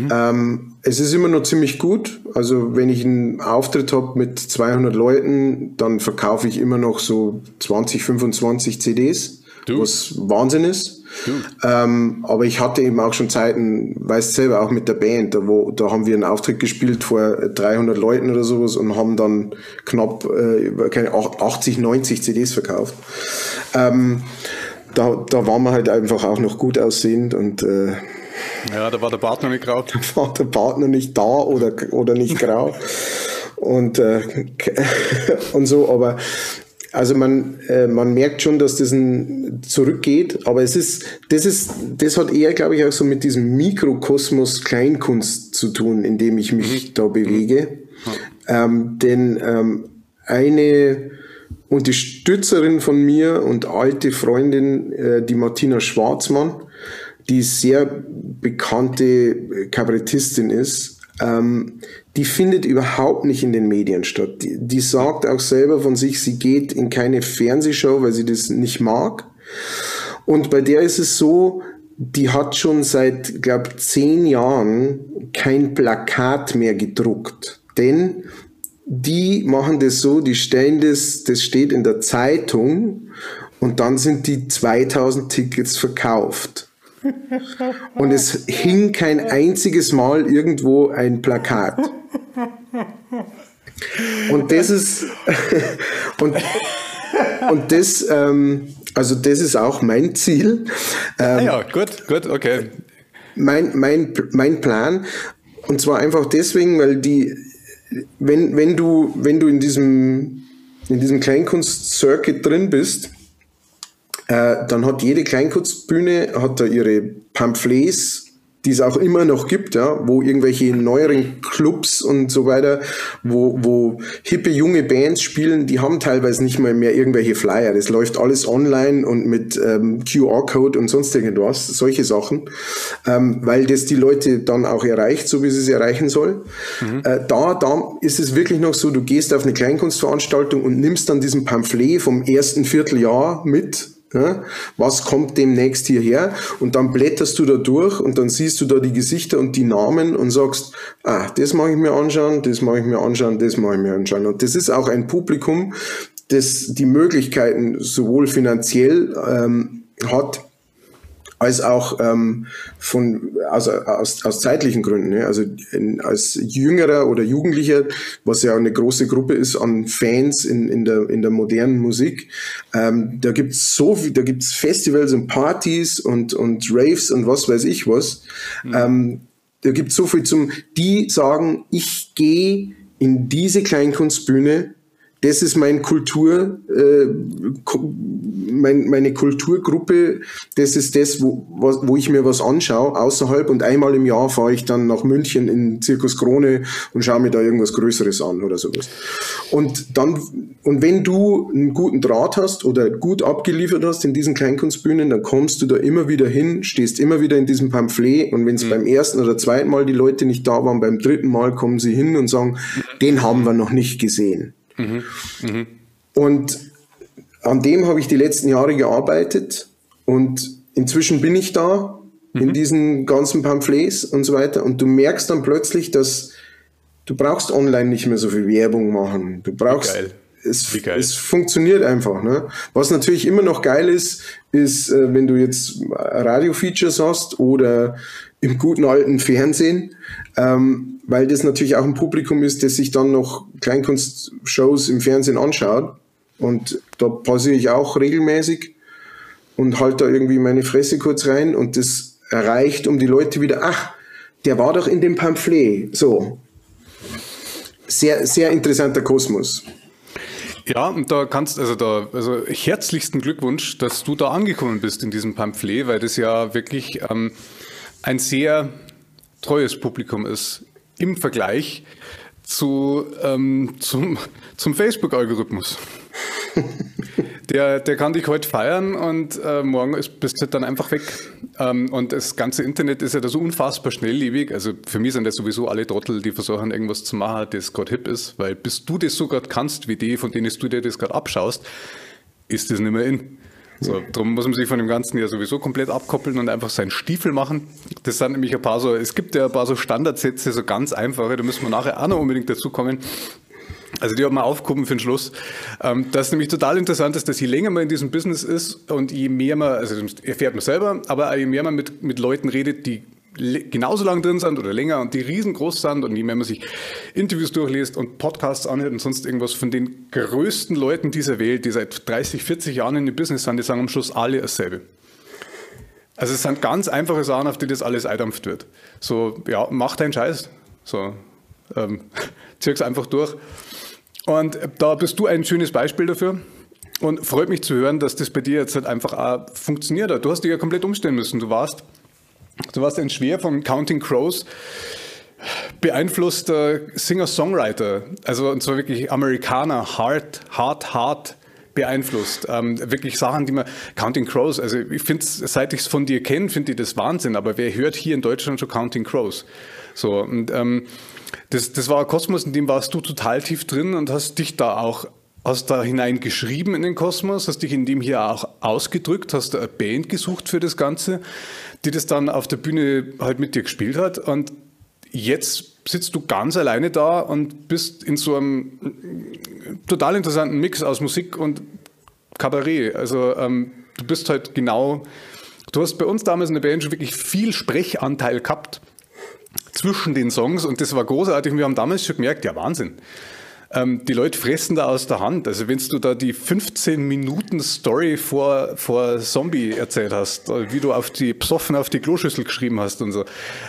Es ist immer noch ziemlich gut, also wenn ich einen Auftritt habe mit 200 Leuten, dann verkaufe ich immer noch so 20, 25 CDs, was Wahnsinn ist. Aber ich hatte eben auch schon Zeiten, weißt selber, auch mit der Band, da haben wir einen Auftritt gespielt vor 300 Leuten oder sowas und haben dann knapp 80, 90 CDs verkauft. Da waren wir halt einfach auch noch gut aussehend, und ja, da war der Bart noch nicht grau. Da war der Bart noch nicht da oder nicht grau. Und so, aber also man merkt schon, dass das zurückgeht, aber das hat eher, glaube ich, auch so mit diesem Mikrokosmos Kleinkunst zu tun, in dem ich mich da bewege. Denn eine Unterstützerin von mir und alte Freundin, die Martina Schwarzmann, die sehr bekannte Kabarettistin ist, die findet überhaupt nicht in den Medien statt. Die sagt auch selber von sich, sie geht in keine Fernsehshow, weil sie das nicht mag. Und bei der ist es so, die hat schon seit, glaube ich, 10 Jahren kein Plakat mehr gedruckt. Denn die machen das so, die stellen das steht in der Zeitung, und dann sind die 2000 Tickets verkauft. Und es hing kein einziges Mal irgendwo ein Plakat. Und das ist also das ist auch mein Ziel. Ja, gut, okay. Mein Plan, und zwar einfach deswegen, weil wenn du in diesem Kleinkunst-Circuit drin bist, dann hat jede Kleinkunstbühne hat da ihre Pamphlets die es auch immer noch gibt, ja, wo irgendwelche neueren Clubs und so weiter, wo hippe junge Bands spielen, die haben teilweise nicht mal mehr irgendwelche Flyer. Das läuft alles online und mit QR-Code und sonst irgendwas, solche Sachen, weil das die Leute dann auch erreicht, so wie sie es erreichen soll. Da ist es wirklich noch so, du gehst auf eine Kleinkunstveranstaltung und nimmst dann diesen Pamphlet vom ersten Vierteljahr mit. Ja, was kommt demnächst hierher? Und dann blätterst du da durch und dann siehst du da die Gesichter und die Namen und sagst, das mag ich mir anschauen, das mag ich mir anschauen, das mag ich mir anschauen. Und das ist auch ein Publikum, das die Möglichkeiten sowohl finanziell hat, als auch aus zeitlichen Gründen. Ne? Also als Jüngerer oder Jugendlicher, was ja eine große Gruppe ist an Fans in der modernen Musik, da gibt's Festivals und Partys und Raves und was weiß ich was. Da gibt's so viel die sagen, ich gehe in diese Kleinkunstbühne, das ist meine Kulturgruppe, das ist das, wo ich mir was anschaue, außerhalb, und einmal im Jahr fahre ich dann nach München in Zirkus Krone und schaue mir da irgendwas Größeres an oder sowas. Und wenn du einen guten Draht hast oder gut abgeliefert hast in diesen Kleinkunstbühnen, dann kommst du da immer wieder hin, stehst immer wieder in diesem Pamphlet, und wenn es beim ersten oder zweiten Mal die Leute nicht da waren, beim dritten Mal kommen sie hin und sagen, den haben wir noch nicht gesehen. Und an dem habe ich die letzten Jahre gearbeitet, und inzwischen bin ich da in diesen ganzen Pamphlets und so weiter, und du merkst dann plötzlich, dass du brauchst online nicht mehr so viel Werbung machen. Du brauchst, es funktioniert einfach. Ne? Was natürlich immer noch geil ist, wenn du jetzt Radio-Features hast oder im guten alten Fernsehen, weil das natürlich auch ein Publikum ist, das sich dann noch Kleinkunstshows im Fernsehen anschaut, und da passiere ich auch regelmäßig und halte da irgendwie meine Fresse kurz rein, und das erreicht um die Leute wieder, der war doch in dem Pamphlet, so. Sehr, sehr interessanter Kosmos. Ja, und da also herzlichsten Glückwunsch, dass du da angekommen bist in diesem Pamphlet, weil das ja wirklich ein sehr treues Publikum ist im Vergleich zum Facebook-Algorithmus. Der kann dich heute feiern, und morgen bist du dann einfach weg. Und das ganze Internet ist ja da so unfassbar schnelllebig. Also für mich sind das sowieso alle Trottel, die versuchen, irgendwas zu machen, das gerade hip ist. Weil bis du das so gerade kannst, wie die, von denen du dir das gerade abschaust, ist das nicht mehr in. So, darum muss man sich von dem Ganzen ja sowieso komplett abkoppeln und einfach seinen Stiefel machen. Das sind nämlich es gibt ja ein paar so Standardsätze, so ganz einfache, da müssen wir nachher auch noch unbedingt dazu kommen. Also die haben wir aufgehoben für den Schluss. Das nämlich total interessant ist, dass je länger man in diesem Business ist und je mehr man, also das erfährt man selber, aber je mehr man mit Leuten redet, die genauso lang drin sind oder länger und die riesengroß sind, und je mehr man sich Interviews durchliest und Podcasts anhört und sonst irgendwas von den größten Leuten dieser Welt, die seit 30, 40 Jahren in dem Business sind, die sagen am Schluss alle dasselbe. Also es sind ganz einfache Sachen, auf die das alles eindampft wird. So, ja, mach deinen Scheiß. So, zieh's einfach durch. Und da bist du ein schönes Beispiel dafür, und freut mich zu hören, dass das bei dir jetzt halt einfach auch funktioniert hat. Du hast dich ja komplett umstellen müssen. Du warst ein schwer von Counting Crows beeinflusster Singer-Songwriter, also und zwar wirklich Amerikaner, hart beeinflusst. Wirklich Sachen, die man, Counting Crows, also ich finde es, seit ich es von dir kenne, finde ich das Wahnsinn, aber wer hört hier in Deutschland schon Counting Crows? So, und das war ein Kosmos, in dem warst du total tief drin und hast da hinein geschrieben in den Kosmos, hast dich in dem hier auch ausgedrückt, hast eine Band gesucht für das Ganze, die das dann auf der Bühne halt mit dir gespielt hat, und jetzt sitzt du ganz alleine da und bist in so einem total interessanten Mix aus Musik und Kabarett. Also du bist halt du hast bei uns damals in der Band schon wirklich viel Sprechanteil gehabt zwischen den Songs, und das war großartig, und wir haben damals schon gemerkt, ja Wahnsinn, die Leute fressen da aus der Hand. Also wenn du da die 15 Minuten Story vor Zombie erzählt hast, wie du besoffen auf die Kloschüssel geschrieben hast und so,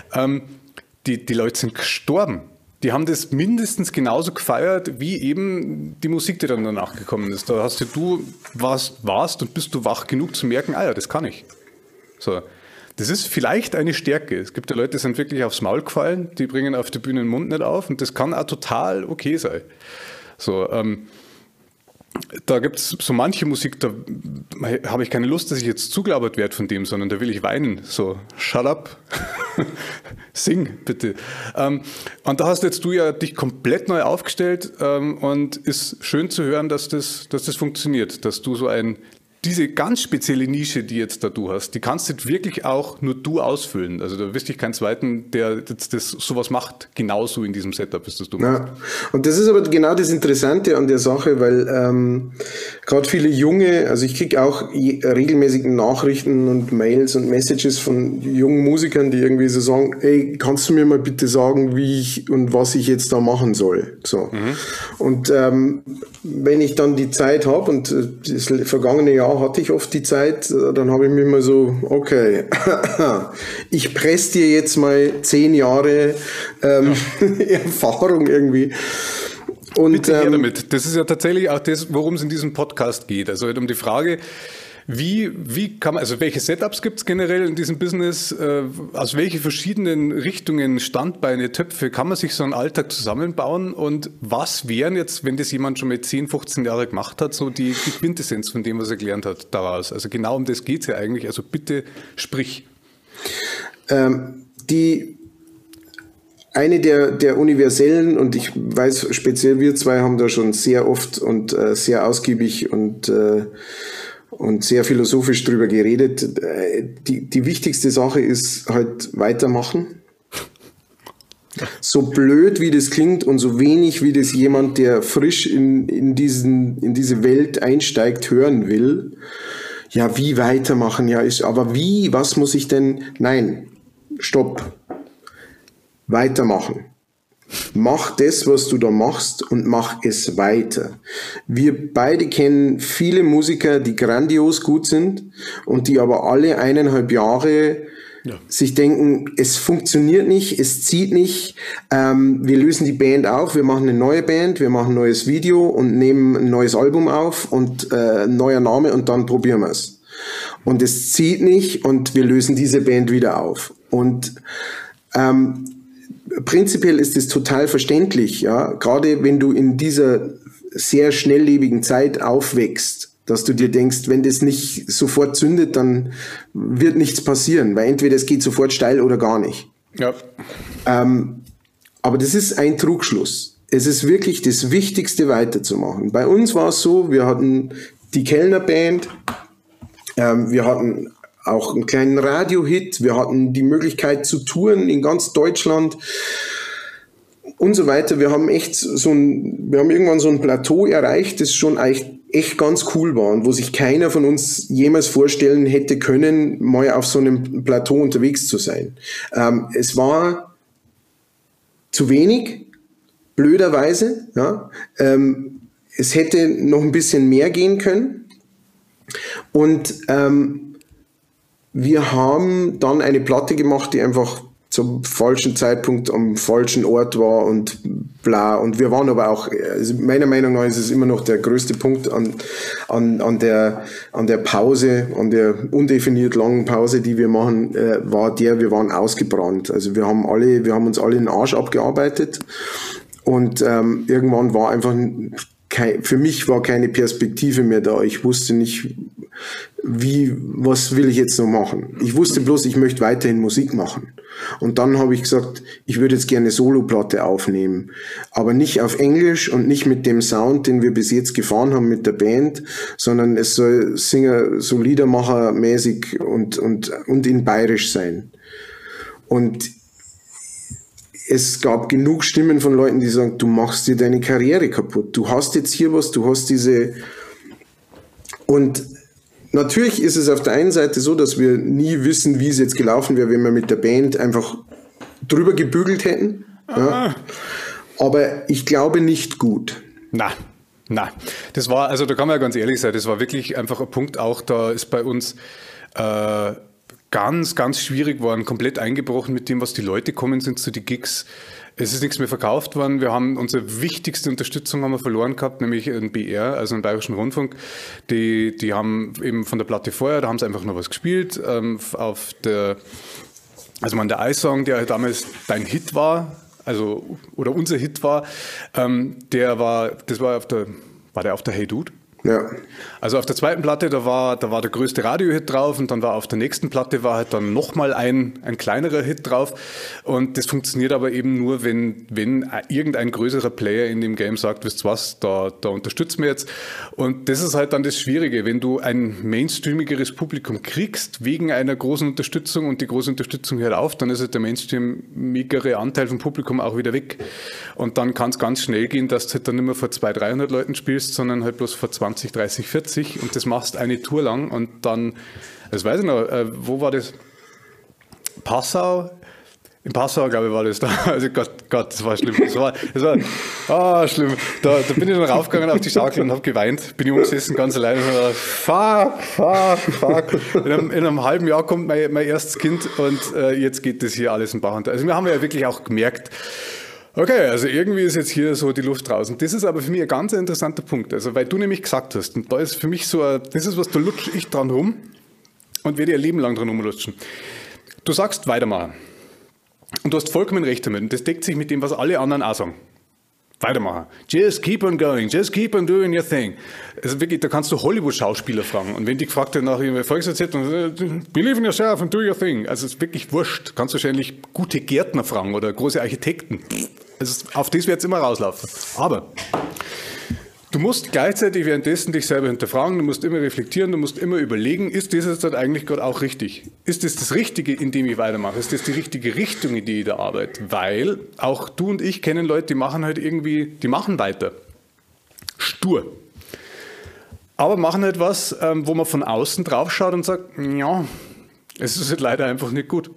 die Leute sind gestorben. Die haben das mindestens genauso gefeiert, wie eben die Musik, die dann danach gekommen ist. Da warst und bist du wach genug zu merken, ja, das kann ich. So. Das ist vielleicht eine Stärke. Es gibt ja Leute, die sind wirklich aufs Maul gefallen, die bringen auf der Bühne den Mund nicht auf und das kann auch total okay sein. So, da gibt es so manche Musik, da habe ich keine Lust, dass ich jetzt zugelabert werde von dem, sondern da will ich weinen. So, shut up, sing bitte. Und da hast jetzt du ja dich komplett neu aufgestellt und ist schön zu hören, dass das funktioniert, dass du so diese ganz spezielle Nische, die jetzt da du hast, die kannst du wirklich auch nur du ausfüllen. Also da wüsste ich keinen zweiten, der das sowas macht, genauso in diesem Setup, ist das du machst. Ja. Und das ist aber genau das Interessante an der Sache, weil gerade viele Junge, also ich kriege auch regelmäßig Nachrichten und Mails und Messages von jungen Musikern, die irgendwie so sagen, ey, kannst du mir mal bitte sagen, wie ich und was ich jetzt da machen soll? So. Und wenn ich dann die Zeit habe, und das vergangene Jahr hatte ich oft die Zeit, dann habe ich mir mal so, okay, ich presse dir jetzt mal 10 Jahre Erfahrung irgendwie. Und, bitte her damit. Das ist ja tatsächlich auch das, worum es in diesem Podcast geht. Also um die Frage, wie kann man, also welche Setups gibt es generell in diesem Business? Aus welchen verschiedenen Richtungen, Standbeine, Töpfe kann man sich so einen Alltag zusammenbauen? Und was wären jetzt, wenn das jemand schon mit 10, 15 Jahre gemacht hat, so die Quintessenz von dem, was er gelernt hat daraus? Also genau um das geht es ja eigentlich. Also bitte sprich. Eine der universellen, und ich weiß, speziell wir zwei haben da schon sehr oft und sehr ausgiebig und sehr philosophisch drüber geredet. Die wichtigste Sache ist halt weitermachen. So blöd wie das klingt und so wenig wie das jemand, der frisch in diese Welt einsteigt, hören will. Ja, wie weitermachen? Ja, aber wie? Was muss ich denn? Nein, stopp. Weitermachen. Mach das, was du da machst, und mach es weiter. Wir beide kennen viele Musiker, die grandios gut sind und die aber alle 1,5 Jahre sich denken, es funktioniert nicht, es zieht nicht, wir lösen die Band auf, wir machen eine neue Band, wir machen ein neues Video und nehmen ein neues Album auf und neuer Name und dann probieren wir es. Und es zieht nicht und wir lösen diese Band wieder auf. Und prinzipiell ist es total verständlich, ja, gerade wenn du in dieser sehr schnelllebigen Zeit aufwächst, dass du dir denkst, wenn das nicht sofort zündet, dann wird nichts passieren, weil entweder es geht sofort steil oder gar nicht. Ja. Aber das ist ein Trugschluss. Es ist wirklich das Wichtigste, weiterzumachen. Bei uns war es so, wir hatten die Kellnerband, wir hatten auch einen kleinen Radiohit, wir hatten die Möglichkeit zu touren in ganz Deutschland und so weiter. Wir haben irgendwann so ein Plateau erreicht, das schon echt ganz cool war und wo sich keiner von uns jemals vorstellen hätte können, mal auf so einem Plateau unterwegs zu sein. Es war zu wenig, blöderweise. Ja. Es hätte noch ein bisschen mehr gehen können. Und wir haben dann eine Platte gemacht, die einfach zum falschen Zeitpunkt am falschen Ort war und bla. Und wir waren aber auch, also meiner Meinung nach ist es immer noch der größte Punkt an der Pause, an der undefiniert langen Pause, die wir machen, wir waren ausgebrannt. Also wir haben uns alle den Arsch abgearbeitet und irgendwann war einfach für mich war keine Perspektive mehr da. Ich wusste nicht, was will ich jetzt noch machen? Ich wusste bloß, ich möchte weiterhin Musik machen. Und dann habe ich gesagt, ich würde jetzt gerne eine Soloplatte aufnehmen. Aber nicht auf Englisch und nicht mit dem Sound, den wir bis jetzt gefahren haben mit der Band, sondern es soll so Liedermacher-mäßig und in Bayerisch sein. Und es gab genug Stimmen von Leuten, die sagen, du machst dir deine Karriere kaputt. Du hast jetzt hier was, du hast diese... Und natürlich ist es auf der einen Seite so, dass wir nie wissen, wie es jetzt gelaufen wäre, wenn wir mit der Band einfach drüber gebügelt hätten. Ja. Aber ich glaube nicht gut. Na, das war, also da kann man ja ganz ehrlich sein, das war wirklich einfach ein Punkt auch, da ist bei uns ganz, ganz schwierig geworden, komplett eingebrochen mit dem, was die Leute kommen sind zu den Gigs. Es ist nichts mehr verkauft worden. Wir haben unsere wichtigste Unterstützung haben wir verloren gehabt, nämlich einen BR, also einen Bayerischen Rundfunk. Die haben eben von der Platte vorher, da haben sie einfach noch was gespielt. Der iSong, der damals dein Hit war, oder unser Hit war, war der auf der Hey Dude? Ja. Also auf der zweiten Platte, da war der größte Radio-Hit drauf und dann war auf der nächsten Platte war halt dann nochmal ein kleinerer Hit drauf und das funktioniert aber eben nur, wenn irgendein größerer Player in dem Game sagt, wisst ihr was, da unterstützen wir jetzt und das ist halt dann das Schwierige, wenn du ein mainstreamigeres Publikum kriegst wegen einer großen Unterstützung und die große Unterstützung hört auf, dann ist halt der mainstreamigere Anteil vom Publikum auch wieder weg und dann kann es ganz schnell gehen, dass du halt dann nicht mehr vor 200, 300 Leuten spielst, sondern halt bloß vor 20, 30, 40 und das machst eine Tour lang und dann, das weiß ich noch, wo war das? Passau? In Passau, glaube ich, war das da. Also Gott, das war schlimm. Das war schlimm. Da bin ich dann raufgegangen auf die Schaukel und habe geweint. Bin ich umgesessen, ganz alleine. Und fuck. In einem halben Jahr kommt mein erstes Kind und jetzt geht das hier alles in Bach runter. Also wir haben ja wirklich auch gemerkt, okay, also irgendwie ist jetzt hier so die Luft draußen. Das ist aber für mich ein ganz interessanter Punkt. Also, weil du nämlich gesagt hast, und da ist für mich so, das ist was, da lutsche ich dran rum und werde ihr Leben lang dran rumlutschen. Du sagst weitermachen. Und du hast vollkommen recht damit. Und das deckt sich mit dem, was alle anderen auch sagen. Weitermachen. Just keep on going. Just keep on doing your thing. Also wirklich, da kannst du Hollywood-Schauspieler fragen. Und wenn die gefragt werden nach ihrer Volkserzählung, believe in yourself and do your thing. Also es ist wirklich wurscht. Kannst du wahrscheinlich gute Gärtner fragen oder große Architekten. Also auf das wird es immer rauslaufen. Aber du musst gleichzeitig währenddessen dich selber hinterfragen, du musst immer reflektieren, du musst immer überlegen, ist das jetzt eigentlich gerade auch richtig? Ist das Richtige, in dem ich weitermache? Ist das die richtige Richtung, in die ich da arbeite? Weil auch du und ich kennen Leute, die machen halt irgendwie, die machen weiter. Stur. Aber machen halt was, wo man von außen drauf schaut und sagt, ja, es ist halt leider einfach nicht gut.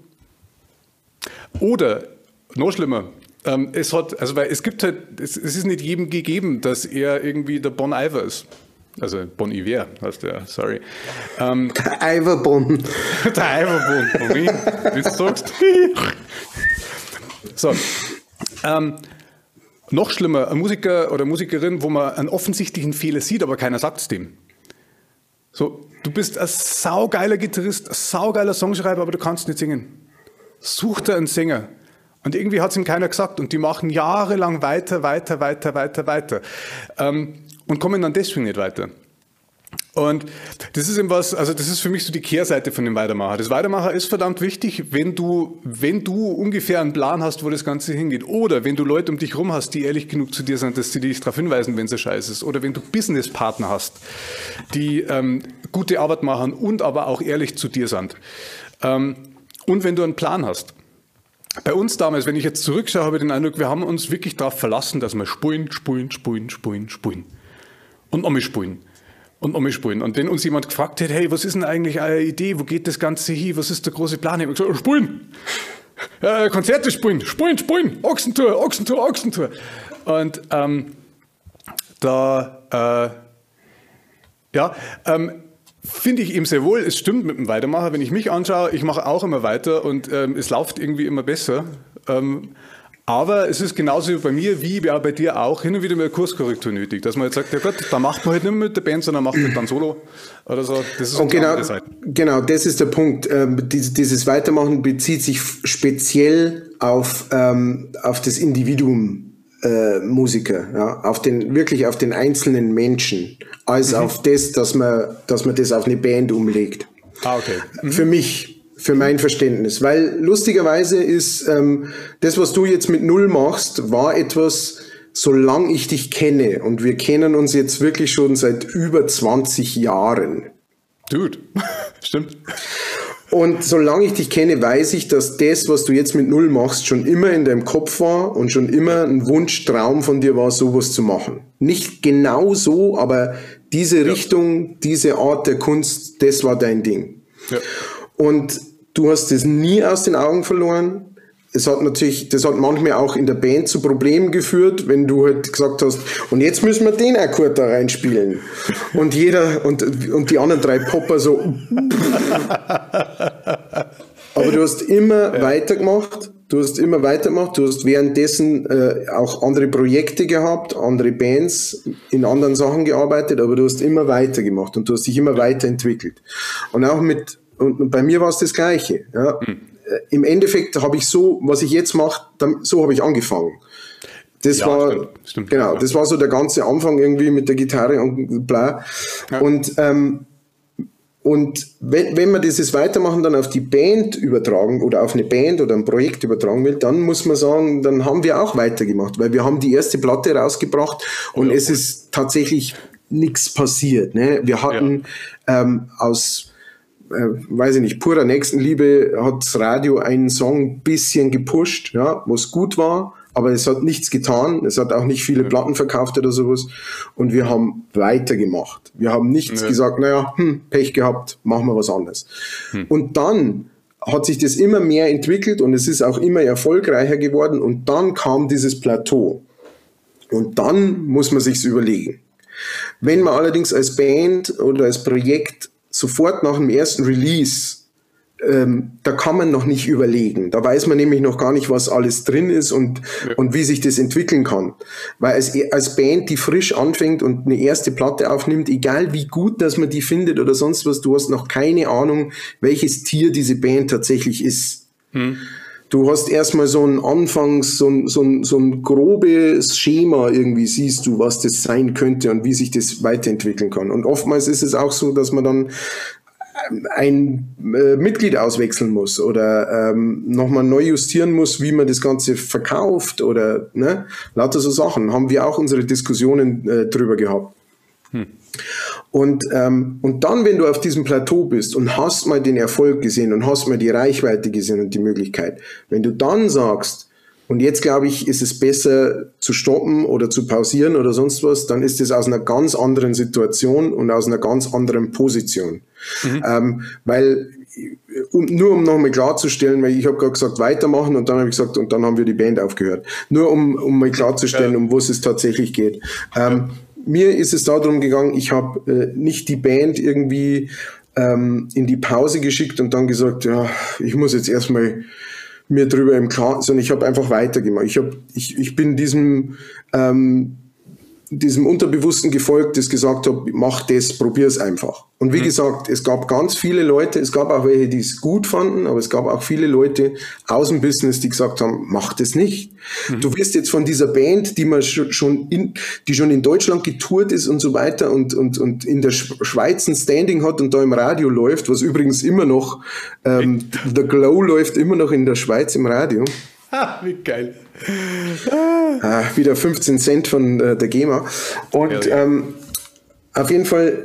Oder, noch schlimmer, weil es gibt halt, es ist nicht jedem gegeben, dass er irgendwie der Bon Iver ist. Also Bon Iver heißt der, sorry. Der Iverbon. Der Iverbon, wie du sagst. So. Noch schlimmer, ein Musiker oder Musikerin, wo man einen offensichtlichen Fehler sieht, aber keiner sagt es dem. So, du bist ein saugeiler Gitarrist, ein saugeiler Songschreiber, aber du kannst nicht singen. Such dir einen Sänger. Und irgendwie hat es ihm keiner gesagt. Und die machen jahrelang weiter. Und kommen dann deswegen nicht weiter. Und das ist eben was, also das ist für mich so die Kehrseite von dem Weitermacher. Das Weitermacher ist verdammt wichtig, wenn du ungefähr einen Plan hast, wo das Ganze hingeht. Oder wenn du Leute um dich rum hast, die ehrlich genug zu dir sind, dass sie dich darauf hinweisen, wenn es scheiße ist. Oder wenn du Businesspartner hast, die gute Arbeit machen und aber auch ehrlich zu dir sind. Und wenn du einen Plan hast. Bei uns damals, wenn ich jetzt zurückschaue, habe ich den Eindruck, wir haben uns wirklich darauf verlassen, dass wir spulen. Und nochmal spulen. Und wenn uns jemand gefragt hätte, hey, was ist denn eigentlich eure Idee, wo geht das Ganze hin, was ist der große Plan? Ich habe gesagt, spulen. Konzerte spulen. Ochsentour. Und finde ich eben sehr wohl, es stimmt mit dem Weitermacher. Wenn ich mich anschaue, ich mache auch immer weiter und es läuft irgendwie immer besser. Aber es ist genauso bei mir wie bei dir auch hin und wieder mal eine Kurskorrektur nötig. Dass man jetzt sagt, ja Gott, da macht man halt nicht mehr mit der Band, sondern macht halt dann Solo oder so. Das ist und genau, das ist der Punkt. Dieses Weitermachen bezieht sich speziell auf das Individuum. Musiker, ja, wirklich auf den einzelnen Menschen, als auf das, dass man das auf eine Band umlegt. Okay. Für mich, für mein Verständnis, weil lustigerweise ist das, was du jetzt mit Null machst, war etwas, solange ich dich kenne, und wir kennen uns jetzt wirklich schon seit über 20 Jahren. Dude, stimmt. Und solange ich dich kenne, weiß ich, dass das, was du jetzt mit Null machst, schon immer in deinem Kopf war und schon immer ein Wunschtraum von dir war, sowas zu machen. Nicht genau so, aber diese Richtung, diese Art der Kunst, das war dein Ding. Ja. Und du hast das nie aus den Augen verloren. Das hat manchmal auch in der Band zu Problemen geführt, wenn du halt gesagt hast, und jetzt müssen wir den Akkord da reinspielen. Und und die anderen drei Popper so. Aber du hast immer weitergemacht. Du hast immer weitergemacht, du hast währenddessen auch andere Projekte gehabt, andere Bands, in anderen Sachen gearbeitet, aber du hast immer weitergemacht und du hast dich immer weiterentwickelt. Und auch und bei mir war es das Gleiche. Ja. Im Endeffekt habe ich so, was ich jetzt mache, so habe ich angefangen. Das war, stimmt. Genau, das war so der ganze Anfang irgendwie mit der Gitarre und bla. Ja. Und wenn man dieses Weitermachen dann auf die Band übertragen oder auf eine Band oder ein Projekt übertragen will, dann muss man sagen, dann haben wir auch weitergemacht, weil wir haben die erste Platte rausgebracht und es ist tatsächlich nichts passiert. Ne? Wir hatten aus, weiß ich nicht, purer Nächstenliebe hat das Radio einen Song ein bisschen gepusht, ja, was gut war. Aber es hat nichts getan, es hat auch nicht viele Platten verkauft oder sowas und wir haben weitergemacht. Wir haben nichts gesagt, naja, Pech gehabt, machen wir was anderes. Und dann hat sich das immer mehr entwickelt und es ist auch immer erfolgreicher geworden und dann kam dieses Plateau. Und dann muss man sich's überlegen. Wenn man allerdings als Band oder als Projekt sofort nach dem ersten Release da kann man noch nicht überlegen. Da weiß man nämlich noch gar nicht, was alles drin ist und wie sich das entwickeln kann. Weil als Band, die frisch anfängt und eine erste Platte aufnimmt, egal wie gut, dass man die findet oder sonst was, du hast noch keine Ahnung, welches Tier diese Band tatsächlich ist. Du hast erstmal so ein Anfangs, so ein grobes Schema irgendwie, siehst du, was das sein könnte und wie sich das weiterentwickeln kann. Und oftmals ist es auch so, dass man dann ein Mitglied auswechseln muss oder nochmal neu justieren muss, wie man das Ganze verkauft oder ne, lauter so Sachen. Haben wir auch unsere Diskussionen drüber gehabt. Und dann, wenn du auf diesem Plateau bist und hast mal den Erfolg gesehen und hast mal die Reichweite gesehen und die Möglichkeit, wenn du dann sagst, und jetzt glaube ich, ist es besser zu stoppen oder zu pausieren oder sonst was, dann ist es aus einer ganz anderen Situation und aus einer ganz anderen Position. Weil, um nochmal klarzustellen, weil ich habe gerade gesagt, weitermachen und dann habe ich gesagt, und dann haben wir die Band aufgehört. Nur um mal klarzustellen, um was es tatsächlich geht. Mir ist es darum gegangen, ich habe nicht die Band irgendwie in die Pause geschickt und dann gesagt, ja, ich muss jetzt erstmal mir drüber im Klaren, sondern ich habe einfach weitergemacht. Ich bin diesem Unterbewussten gefolgt, das gesagt habe, mach das, probier es einfach. Und wie gesagt, es gab ganz viele Leute, es gab auch welche, die es gut fanden, aber es gab auch viele Leute aus dem Business, die gesagt haben, mach das nicht. Du wirst jetzt von dieser Band, die schon in Deutschland getourt ist und so weiter und in der Schweiz ein Standing hat und da im Radio läuft, was übrigens immer noch, The Glow läuft immer noch in der Schweiz im Radio. Wie geil. Wieder 15 Cent von der GEMA. Und auf jeden Fall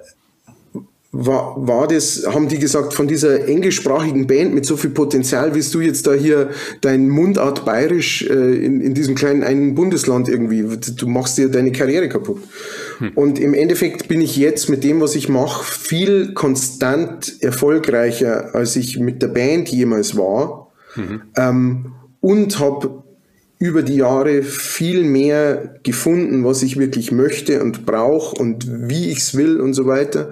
haben die gesagt, von dieser englischsprachigen Band mit so viel Potenzial, willst du jetzt da hier dein Mundart bayerisch in diesem kleinen einen Bundesland irgendwie, du machst dir deine Karriere kaputt. Und im Endeffekt bin ich jetzt mit dem, was ich mache, viel konstant erfolgreicher, als ich mit der Band jemals war. Und habe über die Jahre viel mehr gefunden, was ich wirklich möchte und brauche und wie ich es will und so weiter.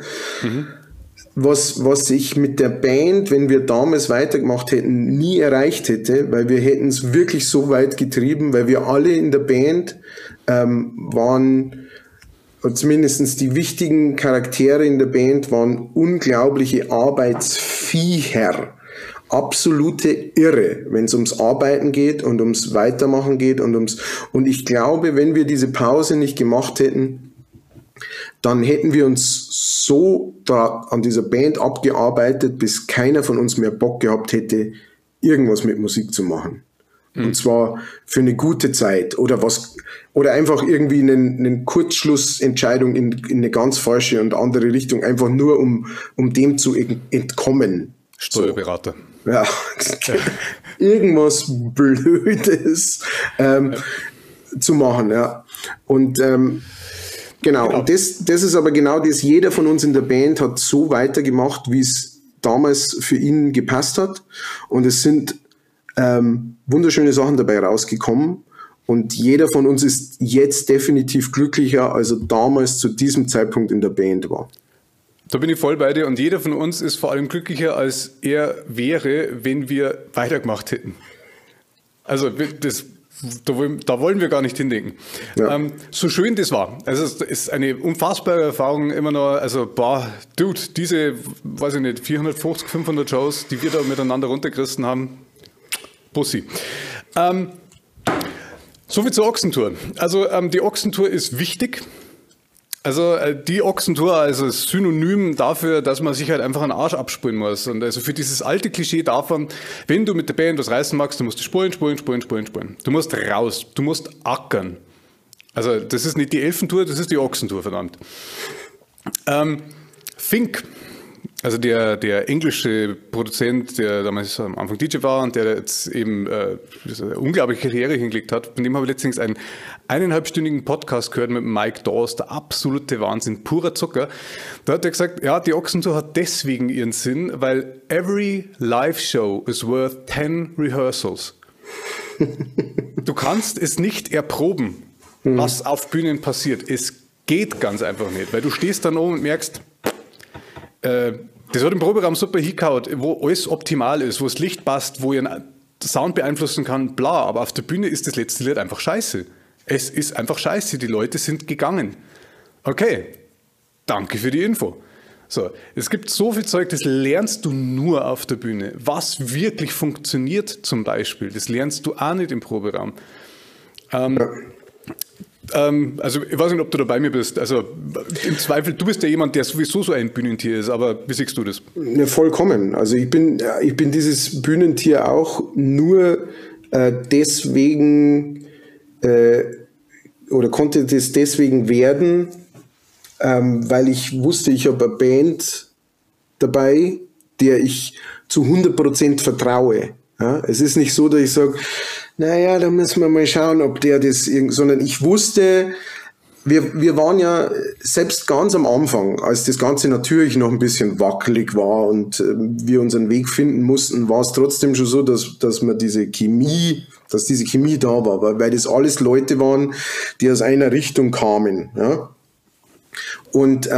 Was ich mit der Band, wenn wir damals weitergemacht hätten, nie erreicht hätte, weil wir hätten es wirklich so weit getrieben, weil wir alle in der Band waren, zumindest die wichtigen Charaktere in der Band waren unglaubliche Arbeitsviecher. Absolute Irre, wenn es ums Arbeiten geht und ums Weitermachen geht und ich glaube, wenn wir diese Pause nicht gemacht hätten, dann hätten wir uns so da an dieser Band abgearbeitet, bis keiner von uns mehr Bock gehabt hätte, irgendwas mit Musik zu machen. Und zwar für eine gute Zeit oder einfach irgendwie eine Kurzschlussentscheidung in eine ganz falsche und andere Richtung, einfach nur um dem zu entkommen. Steuerberater. Ja, irgendwas Blödes zu machen, ja. Und genau. Und das ist aber genau das, jeder von uns in der Band hat so weitergemacht, wie es damals für ihn gepasst hat. Und es sind wunderschöne Sachen dabei rausgekommen. Und jeder von uns ist jetzt definitiv glücklicher, als er damals zu diesem Zeitpunkt in der Band war. Da bin ich voll bei dir und jeder von uns ist vor allem glücklicher, als er wäre, wenn wir weitergemacht hätten. Also da wollen wir gar nicht hindenken. Ja. So schön das war. Also es ist eine unfassbare Erfahrung immer noch. Also Dude, diese, weiß ich nicht, 450, 500 Shows, die wir da miteinander runtergerissen haben, Bussi. Soviel zur Ochsentour. Also die Ochsentour ist wichtig. Also die Ochsentour also ist Synonym dafür, dass man sich halt einfach einen Arsch abspulen muss. Und also für dieses alte Klischee davon, wenn du mit der Band was reißen magst, du musst spulen. Du musst raus, du musst ackern. Also das ist nicht die Elfentour, das ist die Ochsentour, verdammt. Fink, also der englische Produzent, der damals am Anfang DJ war und der jetzt eben eine unglaubliche Karriere hingelegt hat, von dem habe ich letztens einen 1,5-stündigen Podcast gehört mit Mike Dawes, der absolute Wahnsinn, purer Zucker. Da hat er gesagt, ja, die Ochsentour hat deswegen ihren Sinn, weil every live show is worth 10 rehearsals. Du kannst es nicht erproben, was auf Bühnen passiert. Es geht ganz einfach nicht, weil du stehst dann oben und merkst, das hat im Proberaum super hingehauen, wo alles optimal ist, wo das Licht passt, wo ich einen Sound beeinflussen kann, bla, aber auf der Bühne ist das letzte Lied einfach scheiße. Es ist einfach scheiße, die Leute sind gegangen. Okay, danke für die Info. So, es gibt so viel Zeug, das lernst du nur auf der Bühne. Was wirklich funktioniert zum Beispiel, das lernst du auch nicht im Proberaum. Also ich weiß nicht, ob du da bei mir bist. Also im Zweifel, du bist ja jemand, der sowieso so ein Bühnentier ist, aber wie siehst du das? Ja, vollkommen. Also ich bin dieses Bühnentier auch nur deswegen oder konnte das deswegen werden, weil ich wusste, ich habe eine Band dabei, der ich zu 100% vertraue. Ja? Es ist nicht so, dass ich sage, naja, da müssen wir mal schauen, ob der das sondern ich wusste, wir waren ja selbst ganz am Anfang, als das Ganze natürlich noch ein bisschen wackelig war und wir unseren Weg finden mussten, war es trotzdem schon so, dass diese Chemie da war, weil das alles Leute waren, die aus einer Richtung kamen. Ja? Und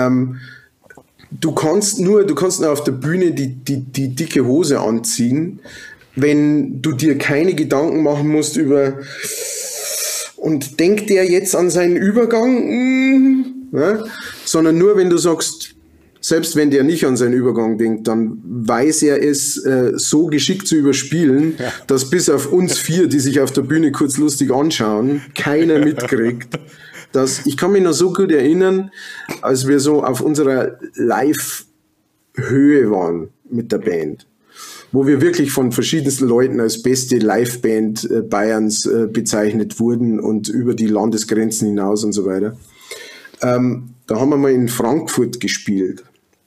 du kannst nur auf der Bühne die dicke Hose anziehen, wenn du dir keine Gedanken machen musst über und denkt der jetzt an seinen Übergang, ja? Sondern nur wenn du sagst, selbst wenn der nicht an seinen Übergang denkt, dann weiß er es so geschickt zu überspielen, ja, dass bis auf uns 4, die sich auf der Bühne kurz lustig anschauen, keiner mitkriegt. Ich kann mich noch so gut erinnern, als wir so auf unserer Live-Höhe waren mit der Band, wo wir wirklich von verschiedensten Leuten als beste Liveband Bayerns bezeichnet wurden und über die Landesgrenzen hinaus und so weiter. Da haben wir mal in Frankfurt gespielt.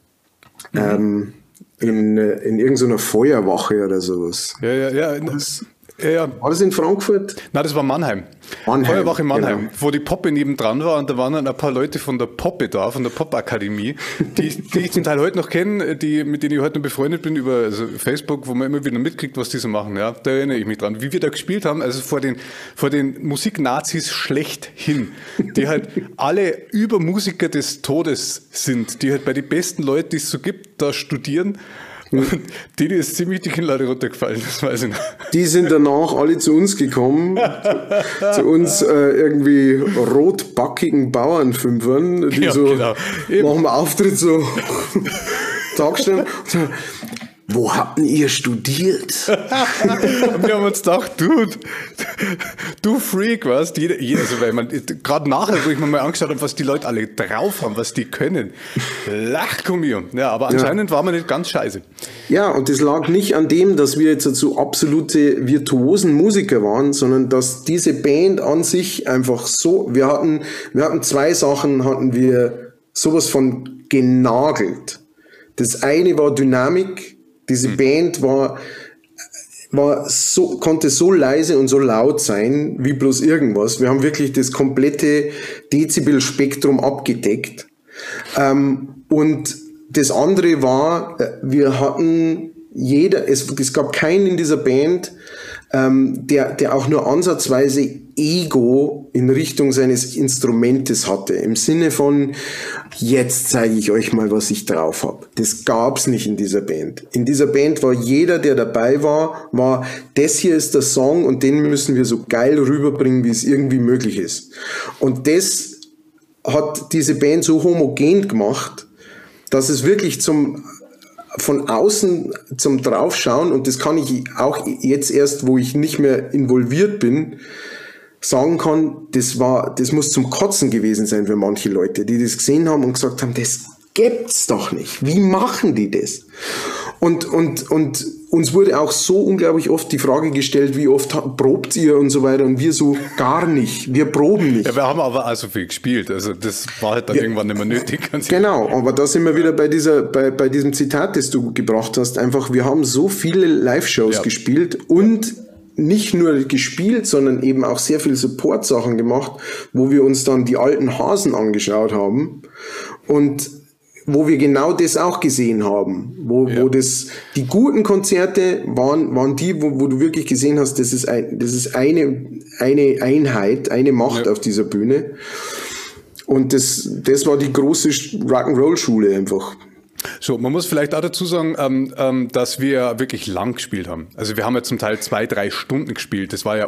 In irgendeiner Feuerwache oder sowas. Ja. War das in Frankfurt? Nein, das war Mannheim. Feuerwache in Mannheim, genau. Wo die Poppe nebendran war und da waren dann ein paar Leute von der Poppe da, von der Pop-Akademie, die ich zum Teil heute noch kenne, mit denen ich heute noch befreundet bin über Facebook, wo man immer wieder mitkriegt, was die so machen. Ja, da erinnere ich mich dran. Wie wir da gespielt haben, also vor den Musiknazis schlechthin, die halt alle Übermusiker des Todes sind, die halt bei den besten Leuten, die es so gibt, da studieren. Und denen ist ziemlich die Kinnlade runtergefallen, das weiß ich noch. Die sind danach alle zu uns gekommen, zu uns irgendwie rotbackigen Bauernfünfern, die nach dem Auftritt so Tagstellen. Wo habt ihr studiert? Und wir haben uns gedacht, du Freak, was? Also, weil man, gerade nachher, wo ich mir mal angeschaut habe, was die Leute alle drauf haben, was die können. Lach, komm hier. Ja, aber anscheinend waren wir nicht ganz scheiße. Ja, und das lag nicht an dem, dass wir jetzt so absolute virtuosen Musiker waren, sondern dass diese Band an sich einfach so, wir hatten 2 Sachen, hatten wir sowas von genagelt. Das eine war Dynamik. Diese Band konnte so leise und so laut sein, wie bloß irgendwas. Wir haben wirklich das komplette Dezibelspektrum abgedeckt. Und das andere war, wir hatten es gab keinen in dieser Band, der auch nur ansatzweise Ego in Richtung seines Instrumentes hatte. Im Sinne von, jetzt zeige ich euch mal, was ich drauf habe. Das gab's nicht in dieser Band. In dieser Band war jeder, der dabei war, das hier ist der Song und den müssen wir so geil rüberbringen, wie es irgendwie möglich ist. Und das hat diese Band so homogen gemacht, dass es wirklich von außen zum Draufschauen, und das kann ich auch jetzt erst, wo ich nicht mehr involviert bin, sagen kann, das muss zum Kotzen gewesen sein für manche Leute, die das gesehen haben und gesagt haben, das gibt's doch nicht. Wie machen die das? Und uns wurde auch so unglaublich oft die Frage gestellt, wie oft probt ihr und so weiter, und wir so, gar nicht. Wir proben nicht. Ja, wir haben aber auch so viel gespielt, also das war halt dann irgendwann nicht mehr nötig. Genau, aber da sind wir wieder bei diesem Zitat, das du gebracht hast, einfach, wir haben so viele Live-Shows gespielt und nicht nur gespielt, sondern eben auch sehr viele Support-Sachen gemacht, wo wir uns dann die alten Hasen angeschaut haben und wo wir genau das auch gesehen haben, wo die guten Konzerte waren die, wo du wirklich gesehen hast, das ist eine Einheit, eine Macht auf dieser Bühne. Und das war die große Rock'n'Roll-Schule einfach. So, man muss vielleicht auch dazu sagen, dass wir wirklich lang gespielt haben. Also wir haben ja zum Teil 2-3 Stunden gespielt. Das war ja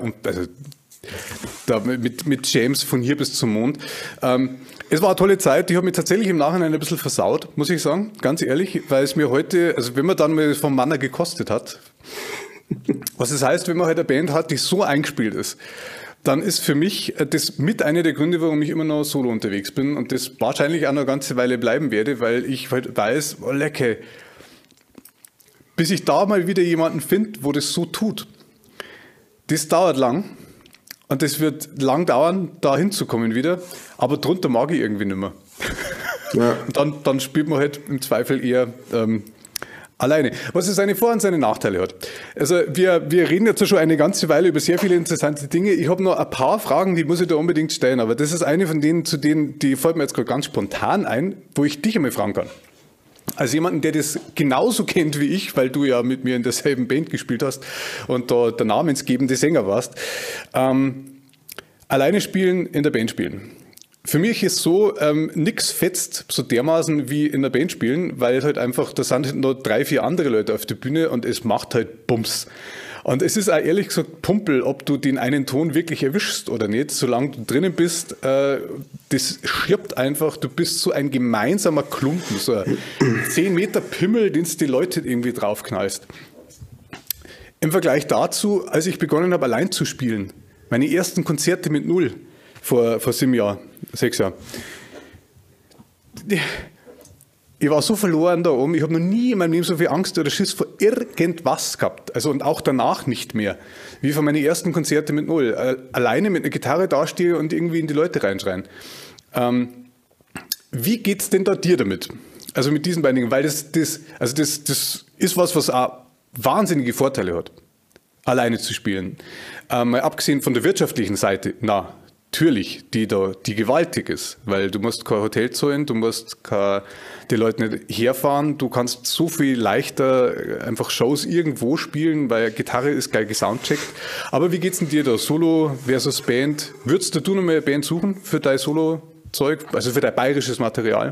da mit James von hier bis zum Mond. Es war eine tolle Zeit. Die hat mich tatsächlich im Nachhinein ein bisschen versaut, muss ich sagen, ganz ehrlich, weil es mir heute, also wenn man dann mal vom Manner gekostet hat, was das heißt, wenn man halt eine Band hat, die so eingespielt ist, dann ist für mich das mit einer der Gründe, warum ich immer noch solo unterwegs bin und das wahrscheinlich auch noch eine ganze Weile bleiben werde, weil ich halt weiß, oh lecke, bis ich da mal wieder jemanden finde, wo das so tut. Das dauert lang. Und das wird lang dauern, da hinzukommen wieder. Aber drunter mag ich irgendwie nicht mehr. Ja. Und dann spielt man halt im Zweifel eher alleine. Was es seine Vor- und seine Nachteile hat. Also wir reden jetzt schon eine ganze Weile über sehr viele interessante Dinge. Ich habe noch ein paar Fragen, die muss ich da unbedingt stellen. Aber das ist eine von denen, die fällt mir jetzt gerade ganz spontan ein, wo ich dich einmal fragen kann. Als jemanden, der das genauso kennt wie ich, weil du ja mit mir in derselben Band gespielt hast und da der namensgebende Sänger warst, alleine spielen, in der Band spielen. Für mich ist so, nix fetzt so dermaßen wie in der Band spielen, weil halt einfach, da sind halt noch 3-4 andere Leute auf der Bühne und es macht halt Bums. Und es ist auch ehrlich gesagt Pumpel, ob du den einen Ton wirklich erwischst oder nicht. Solange du drinnen bist, das schirbt einfach. Du bist so ein gemeinsamer Klumpen, so ein 10 Meter Pimmel, den du die Leute irgendwie draufknallst. Im Vergleich dazu, als ich begonnen habe, allein zu spielen, meine ersten Konzerte mit 0 vor 7 Jahren, 6 Jahren. Ich war so verloren da oben, ich habe noch nie in meinem Leben so viel Angst oder Schiss vor irgendwas gehabt. Also und auch danach nicht mehr, wie vor meinen ersten Konzerte mit 0. Alleine mit einer Gitarre dastehe und irgendwie in die Leute reinschreien. Wie geht's denn da dir damit? Also mit diesen beiden Dingen, weil das ist was auch wahnsinnige Vorteile hat, alleine zu spielen. Mal abgesehen von der wirtschaftlichen Seite, natürlich, die gewaltig ist, weil du musst kein Hotel zahlen, du musst die Leute nicht herfahren, du kannst so viel leichter einfach Shows irgendwo spielen, weil Gitarre ist geil gesoundcheckt. Aber wie geht's denn dir da? Solo versus Band? Würdest du noch mal eine Band suchen für dein Solo-Zeug, also für dein bayerisches Material?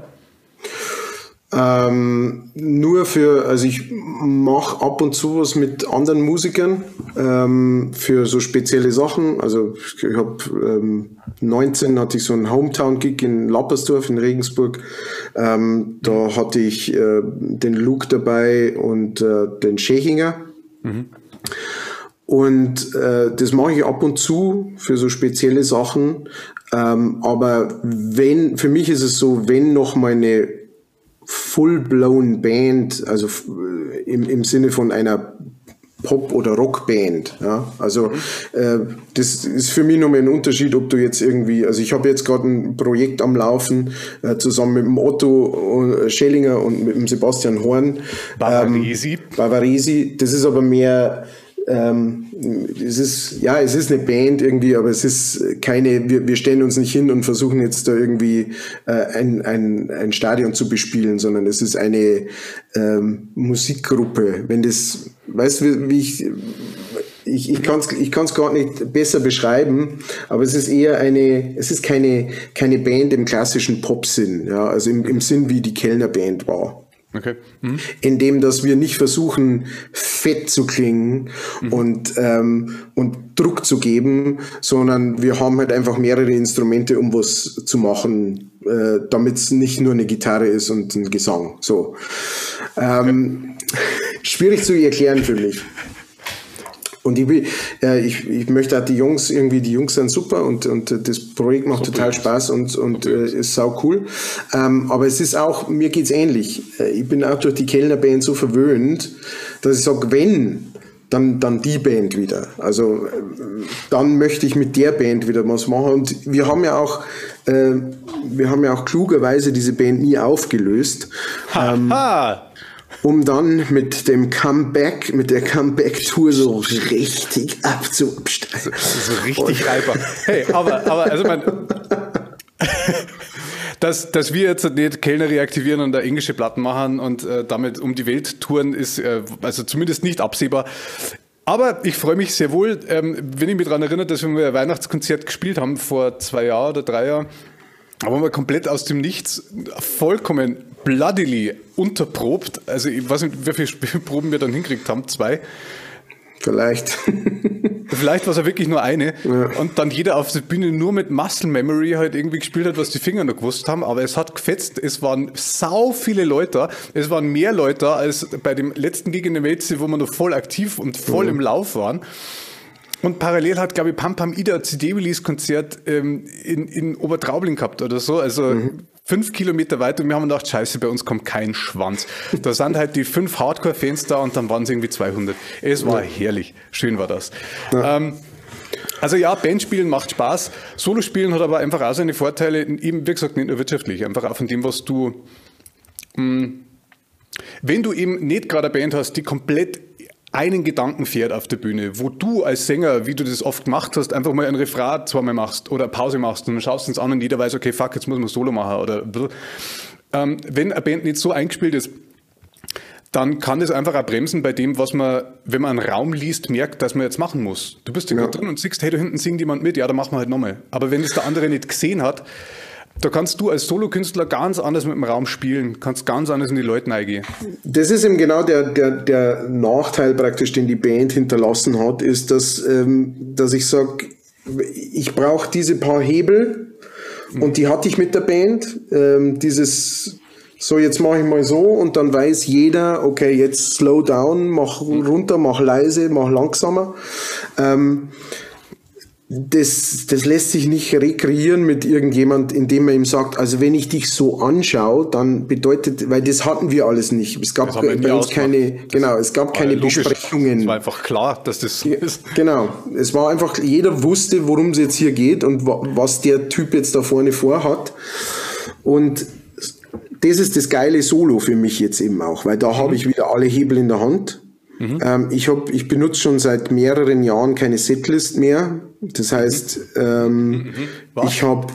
Also ich mache ab und zu was mit anderen Musikern für so spezielle Sachen. Also ich habe 19 hatte ich so einen Hometown-Gig in Lappersdorf in Regensburg. Da hatte ich den Luke dabei und den Schechinger. Mhm. Und das mache ich ab und zu für so spezielle Sachen. Aber für mich ist es so, wenn noch meine full-blown Band, also im Sinne von einer Pop- oder Rockband. Ja? Also das ist für mich nochmal ein Unterschied, ob du jetzt irgendwie, also ich habe jetzt gerade ein Projekt am Laufen, zusammen mit dem Otto Schellinger und mit dem Sebastian Horn. Bavaresi. Das ist aber mehr, es ist eine Band irgendwie, aber es ist keine, wir stellen uns nicht hin und versuchen jetzt da irgendwie ein Stadion zu bespielen, sondern es ist eine Musikgruppe. Wenn das, weißt du, wie ich kann's gar nicht besser beschreiben, aber es ist eher keine Band im klassischen Pop-Sinn, ja, also im Sinn, wie die Kellner Band war. Okay. Mhm. Indem, dass wir nicht versuchen, fett zu klingen und Druck zu geben, sondern wir haben halt einfach mehrere Instrumente, um was zu machen, damit es nicht nur eine Gitarre ist und ein Gesang. So. Schwierig zu erklären für mich. Und ich möchte auch die Jungs sind super und das Projekt macht total Spaß und ist sau cool. Aber es ist auch, mir geht's ähnlich. Ich bin auch durch die Kellner Band so verwöhnt, dass ich sage, wenn, dann die Band wieder. Also dann möchte ich mit der Band wieder was machen. Und wir haben ja auch klugerweise diese Band nie aufgelöst. Um dann mit der Comeback-Tour so richtig abzusteigen. So richtig reiber. Hey, aber also dass wir jetzt nicht Kellner reaktivieren und da englische Platten machen und damit um die Welt touren, ist also zumindest nicht absehbar. Aber ich freue mich sehr wohl, wenn ich mich daran erinnere, dass wir mal ein Weihnachtskonzert gespielt haben vor 2 Jahren oder 3 Jahren. Aber wir komplett aus dem Nichts, vollkommen bloodily unterprobt. Also ich weiß nicht, wie viele Proben wir dann hingekriegt haben, 2. Vielleicht. Vielleicht war es ja wirklich nur eine. Ja. Und dann jeder auf der Bühne nur mit Muscle Memory halt irgendwie gespielt hat, was die Finger noch gewusst haben. Aber es hat gefetzt. Es waren sau viele Leute da. Es waren mehr Leute da als bei dem letzten Gig in der Welt, wo wir noch voll aktiv und voll im Lauf waren. Und parallel hat, glaube ich, Pam Pam Ida ein CD-Release-Konzert in Obertraubling gehabt oder so. Also 5 Kilometer weiter. Und wir haben gedacht, scheiße, bei uns kommt kein Schwanz. Da sind halt die 5 Hardcore-Fans da und dann waren es irgendwie 200. Es war herrlich. Schön war das. Ja. Also ja, Bandspielen macht Spaß. Solospielen hat aber einfach auch seine Vorteile, eben wie gesagt, nicht nur wirtschaftlich. Einfach auch von dem, was du... wenn du eben nicht gerade eine Band hast, die komplett einen Gedanken fährt auf der Bühne, wo du als Sänger, wie du das oft gemacht hast, einfach mal ein Refrain zweimal machst oder Pause machst und dann schaust du uns an und jeder weiß, okay, fuck, jetzt muss man Solo machen oder wenn eine Band nicht so eingespielt ist, dann kann das einfach auch bremsen bei dem, was man, wenn man einen Raum liest, merkt, dass man jetzt machen muss. Du bist ja gerade drin und siehst, hey, da hinten singt jemand mit, ja, dann machen wir halt nochmal. Aber wenn das der andere nicht gesehen hat, da kannst du als Solokünstler ganz anders mit dem Raum spielen, kannst ganz anders in die Leute reingehen. Das ist eben genau der Nachteil praktisch, den die Band hinterlassen hat, ist, dass ich sage, ich brauche diese paar Hebel und die hatte ich mit der Band. So, jetzt mache ich mal so und dann weiß jeder, okay, jetzt slow down, mach runter, mach leise, mach langsamer. Das lässt sich nicht rekreieren mit irgendjemand, indem man ihm sagt, also wenn ich dich so anschaue, dann bedeutet, weil das hatten wir alles nicht. Es gab bei uns keine Besprechungen. Es war einfach klar, dass das so ist. Genau. Es war einfach, jeder wusste, worum es jetzt hier geht und was der Typ jetzt da vorne vorhat. Und das ist das geile Solo für mich jetzt eben auch, weil da habe ich wieder alle Hebel in der Hand. Ich benutze schon seit mehreren Jahren keine Setlist mehr. Das heißt, ich habe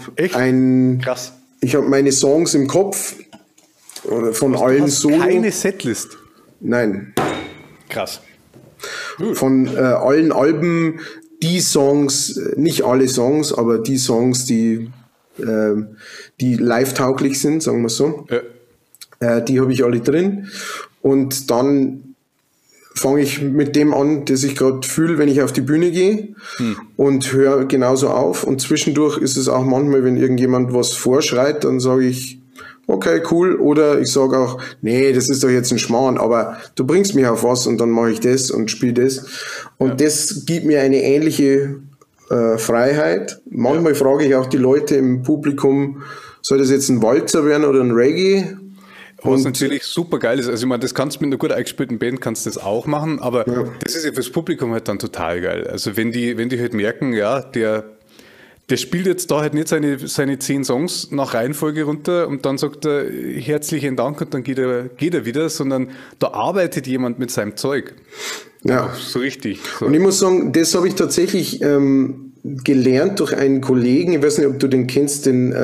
meine Songs im Kopf von allen Solo. Keine Setlist? Nein. Krass. Von allen Alben die Songs, nicht alle Songs, aber die Songs, die live-tauglich sind, sagen wir so. Ja. Die habe ich alle drin. Und dann fange ich mit dem an, das ich gerade fühle, wenn ich auf die Bühne gehe und höre genauso auf. Und zwischendurch ist es auch manchmal, wenn irgendjemand was vorschreit, dann sage ich, okay, cool. Oder ich sage auch, nee, das ist doch jetzt ein Schmarrn, aber du bringst mich auf was und dann mache ich das und spiele das. Und das gibt mir eine ähnliche Freiheit. Manchmal frage ich auch die Leute im Publikum, soll das jetzt ein Walzer werden oder ein Reggae? Was natürlich super geil ist, also ich meine, das kannst du mit einer gut eingespielten Band kannst du das auch machen, aber das ist ja fürs Publikum halt dann total geil. Also wenn die halt merken, ja, der spielt jetzt da halt nicht seine 10 Songs nach Reihenfolge runter und dann sagt er herzlichen Dank und dann geht er wieder, sondern da arbeitet jemand mit seinem Zeug. Ja. So richtig. So. Und ich muss sagen, das habe ich tatsächlich gelernt durch einen Kollegen, ich weiß nicht, ob du den kennst,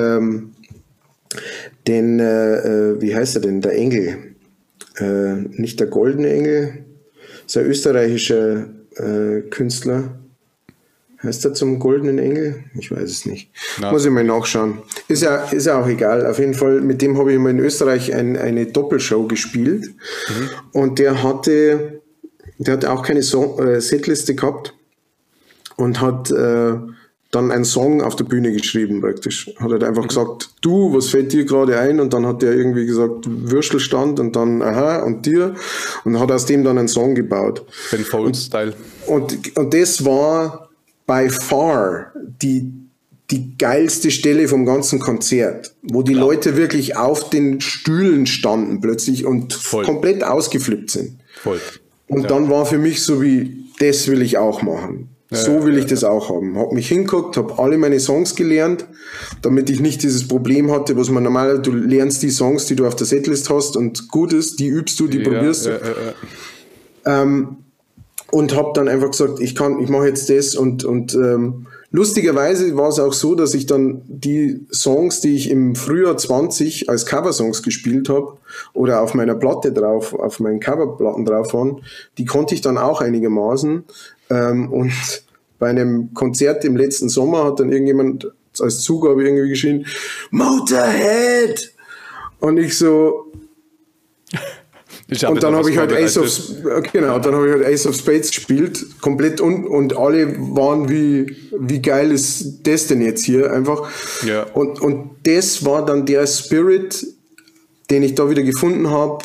wie heißt er denn? Der Engel. Nicht der Goldene Engel, ist ein österreichischer Künstler. Heißt er zum Goldenen Engel? Ich weiß es nicht. Na. Muss ich mal nachschauen. Ist ja auch egal. Auf jeden Fall, mit dem habe ich mal in Österreich eine Doppelshow gespielt. Und der hatte auch keine Setliste gehabt und hat dann einen Song auf der Bühne geschrieben praktisch. Hat halt einfach gesagt, du, was fällt dir gerade ein? Und dann hat der irgendwie gesagt, Würstelstand und dann, aha, und dir. Und hat aus dem dann einen Song gebaut. Ben Folds-Style. Und das war by far die geilste Stelle vom ganzen Konzert, wo die Leute wirklich auf den Stühlen standen plötzlich und komplett ausgeflippt sind. Voll. Und dann war für mich so wie, das will ich auch machen. So will ich das auch haben. Hab mich hingeguckt, habe alle meine Songs gelernt, damit ich nicht dieses Problem hatte, was man normalerweise, du lernst die Songs, die du auf der Setlist hast und gut ist, die übst du, die probierst du. Und habe dann einfach gesagt, ich mache jetzt das und lustigerweise war es auch so, dass ich dann die Songs, die ich im Frühjahr 20 als Coversongs gespielt habe oder auf meiner Platte drauf, auf meinen Coverplatten drauf waren, die konnte ich dann auch einigermaßen. Und bei einem Konzert im letzten Sommer hat dann irgendjemand als Zugabe irgendwie geschrien, Motorhead! Und ich so... Und dann habe ich halt Ace of Spades gespielt, komplett und alle waren wie geil ist das denn jetzt hier einfach. Ja. Und das war dann der Spirit, den ich da wieder gefunden habe.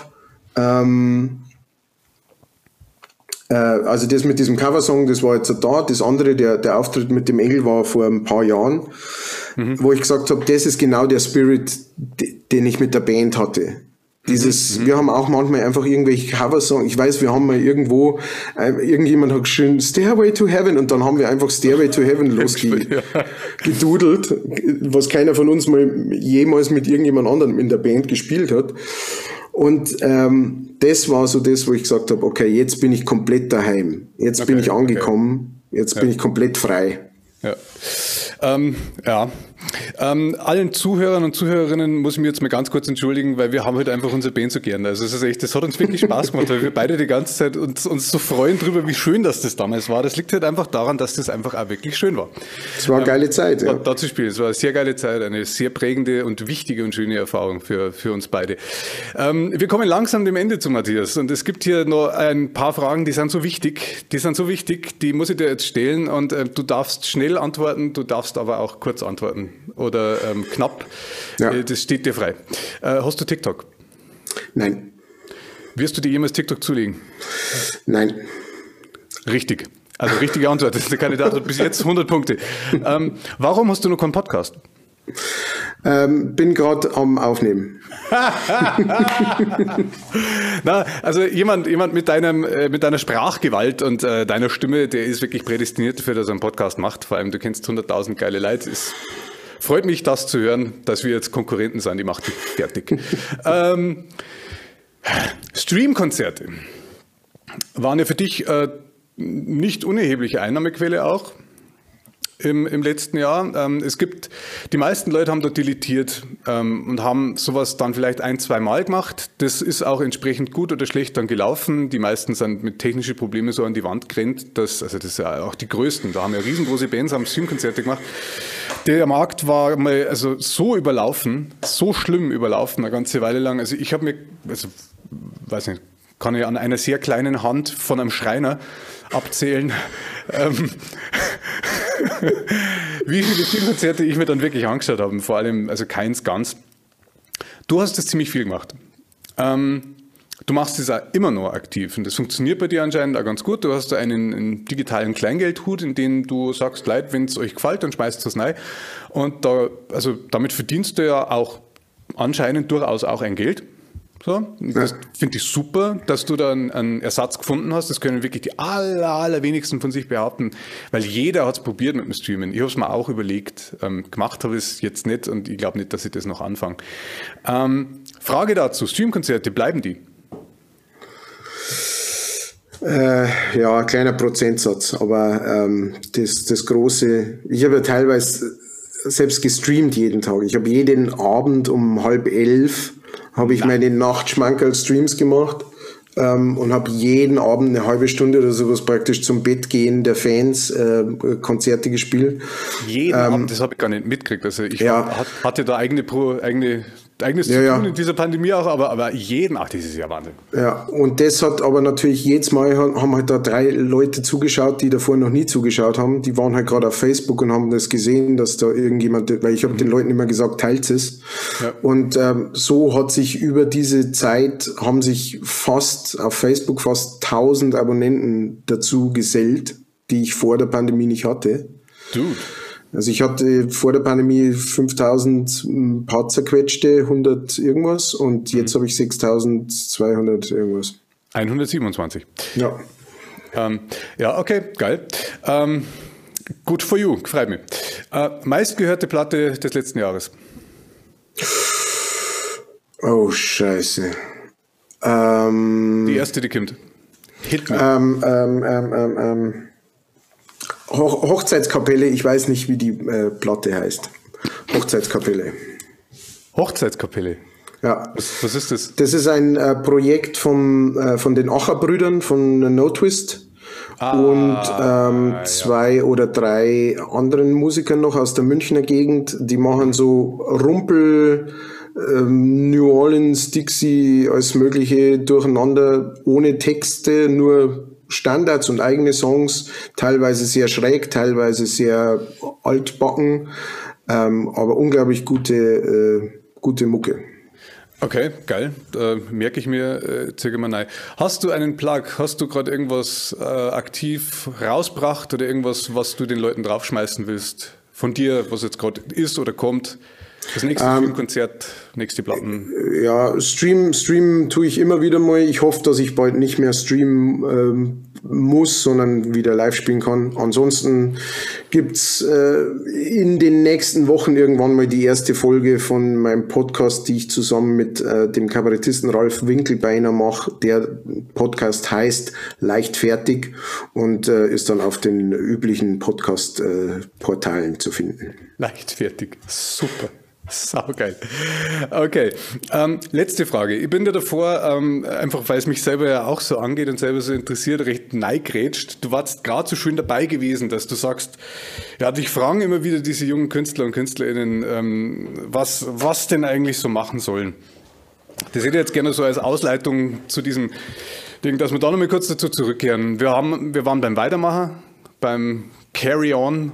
Also das mit diesem Coversong, das war jetzt da. Das andere, der Auftritt mit dem Engel war vor ein paar Jahren, wo ich gesagt habe, das ist genau der Spirit, den ich mit der Band hatte. Wir haben auch manchmal einfach irgendwelche Coversongs. Ich weiß, wir haben mal irgendwo, irgendjemand hat geschrieben, Stairway to Heaven, und dann haben wir einfach Stairway to Heaven losgedudelt, was keiner von uns mal jemals mit irgendjemand anderem in der Band gespielt hat. Und das war so das, wo ich gesagt habe, okay, jetzt bin ich komplett daheim. Jetzt bin ich angekommen. Jetzt bin ich komplett frei. Ja. Allen Zuhörern und Zuhörerinnen muss ich mir jetzt mal ganz kurz entschuldigen, weil wir haben halt einfach unsere Band so gern. Also es ist echt, das hat uns wirklich Spaß gemacht, weil wir beide die ganze Zeit uns so freuen drüber, wie schön das damals war. Das liegt halt einfach daran, dass das einfach auch wirklich schön war. Es war eine geile Zeit. Ja. Da zu spielen. Es war eine sehr geile Zeit, eine sehr prägende und wichtige und schöne Erfahrung für uns beide. Wir kommen langsam dem Ende zu, Matthias, und es gibt hier noch ein paar Fragen, die sind so wichtig, die muss ich dir jetzt stellen, und du darfst schnell antworten, du darfst aber auch kurz antworten oder knapp. Ja. Das steht dir frei. Hast du TikTok? Nein. Wirst du dir jemals TikTok zulegen? Nein. Richtig. Also richtige Antwort. Der Kandidat hat bis jetzt 100 Punkte. Warum hast du noch keinen Podcast? Bin gerade am Aufnehmen. Na, also jemand mit deiner Sprachgewalt und deiner Stimme, der ist wirklich prädestiniert dafür, dass er einen Podcast macht. Vor allem, du kennst 100.000 geile Leute. Freut mich, das zu hören, dass wir jetzt Konkurrenten sind. Die macht dich fertig. Streamkonzerte waren ja für dich nicht unerhebliche Einnahmequelle auch. Im letzten Jahr. Die meisten Leute haben dort deletiert und haben sowas dann vielleicht 1-2 Mal gemacht. Das ist auch entsprechend gut oder schlecht dann gelaufen. Die meisten sind mit technischen Problemen so an die Wand gerannt. Das ist ja auch die größten. Da haben ja riesengroße Bands, haben Streamkonzerte gemacht. Der Markt war mal so überlaufen, so schlimm überlaufen, eine ganze Weile lang. Also ich habe mir, weiß nicht, kann ich an einer sehr kleinen Hand von einem Schreiner abzählen, wie viele Filmkonzerte ich mir dann wirklich angeschaut habe. Vor allem, also keins ganz. Du hast das ziemlich viel gemacht. Du machst das auch immer noch aktiv und das funktioniert bei dir anscheinend auch ganz gut. Du hast da einen digitalen Kleingeldhut, in dem du sagst, Leute, wenn es euch gefällt, dann schmeißt es rein. Und damit verdienst du ja auch anscheinend durchaus auch ein Geld. So, das finde ich super, dass du da einen Ersatz gefunden hast. Das können wirklich die allerwenigsten von sich behaupten, weil jeder hat es probiert mit dem Streamen. Ich habe es mir auch überlegt, gemacht habe ich es jetzt nicht und ich glaube nicht, dass ich das noch anfange. Frage dazu, Streamkonzerte, bleiben die? Ja, ein kleiner Prozentsatz, aber das Große, ich habe ja teilweise selbst gestreamt jeden Tag. Ich habe jeden Abend um 10:30 habe ich meine Nachtschmankerl-Streams gemacht. und habe jeden Abend eine halbe Stunde oder sowas praktisch zum Bett gehen der Fans Konzerte gespielt. Jeden Abend, das habe ich gar nicht mitgekriegt. Also ich hatte da eigenes zu tun in dieser Pandemie auch, aber jeden, das ist ja Wahnsinn. Ja, und das hat aber natürlich jedes Mal, haben halt da 3 Leute zugeschaut, die davor noch nie zugeschaut haben. Die waren halt gerade auf Facebook und haben das gesehen, dass da irgendjemand, weil ich habe den Leuten immer gesagt, teilt es. Ja. Und so hat sich über diese Zeit, haben sich auf Facebook fast 1000 Abonnenten dazu gesellt, die ich vor der Pandemie nicht hatte. Dude. Also ich hatte vor der Pandemie 5000 ein paar zerquetschte, 100 irgendwas und jetzt habe ich 6200 irgendwas. 127. Ja. Ja, okay, geil. Good for you, freut mich. Meistgehörte Platte des letzten Jahres? Oh, scheiße. Die erste, die kommt. Hit me. Hochzeitskapelle, ich weiß nicht, wie die Platte heißt. Hochzeitskapelle. Hochzeitskapelle? Ja. Was ist das? Das ist ein Projekt von den Acher-Brüdern von No Twist und 2 oder 3 anderen Musikern noch aus der Münchner Gegend. Die machen so Rumpel, New Orleans, Dixie, alles Mögliche durcheinander, ohne Texte, nur Standards und eigene Songs, teilweise sehr schräg, teilweise sehr altbacken, aber unglaublich gute Mucke. Okay, geil. Merke ich mir, zöge mal rein. Hast du einen Plug? Hast du gerade irgendwas aktiv rausgebracht oder irgendwas, was du den Leuten draufschmeißen willst? Von dir, was jetzt gerade ist oder kommt? Das nächste Filmkonzert, nächste Platten? Ja, streamen tue ich immer wieder mal. Ich hoffe, dass ich bald nicht mehr streamen muss, sondern wieder live spielen kann. Ansonsten gibt's in den nächsten Wochen irgendwann mal die erste Folge von meinem Podcast, die ich zusammen mit dem Kabarettisten Ralf Winkelbeiner mache. Der Podcast heißt Leichtfertig und ist dann auf den üblichen Podcast-Portalen zu finden. Leichtfertig, super. Saugeil. Okay, letzte Frage. Ich bin dir davor, einfach weil es mich selber ja auch so angeht und selber so interessiert, recht neigrätscht. Du warst gerade so schön dabei gewesen, dass du sagst, ja, dich fragen immer wieder diese jungen Künstler und KünstlerInnen, was denn eigentlich so machen sollen. Das hätte ich jetzt gerne so als Ausleitung zu diesem Ding, dass wir da nochmal kurz dazu zurückkehren. Wir waren beim Weitermachen, beim Carry-On.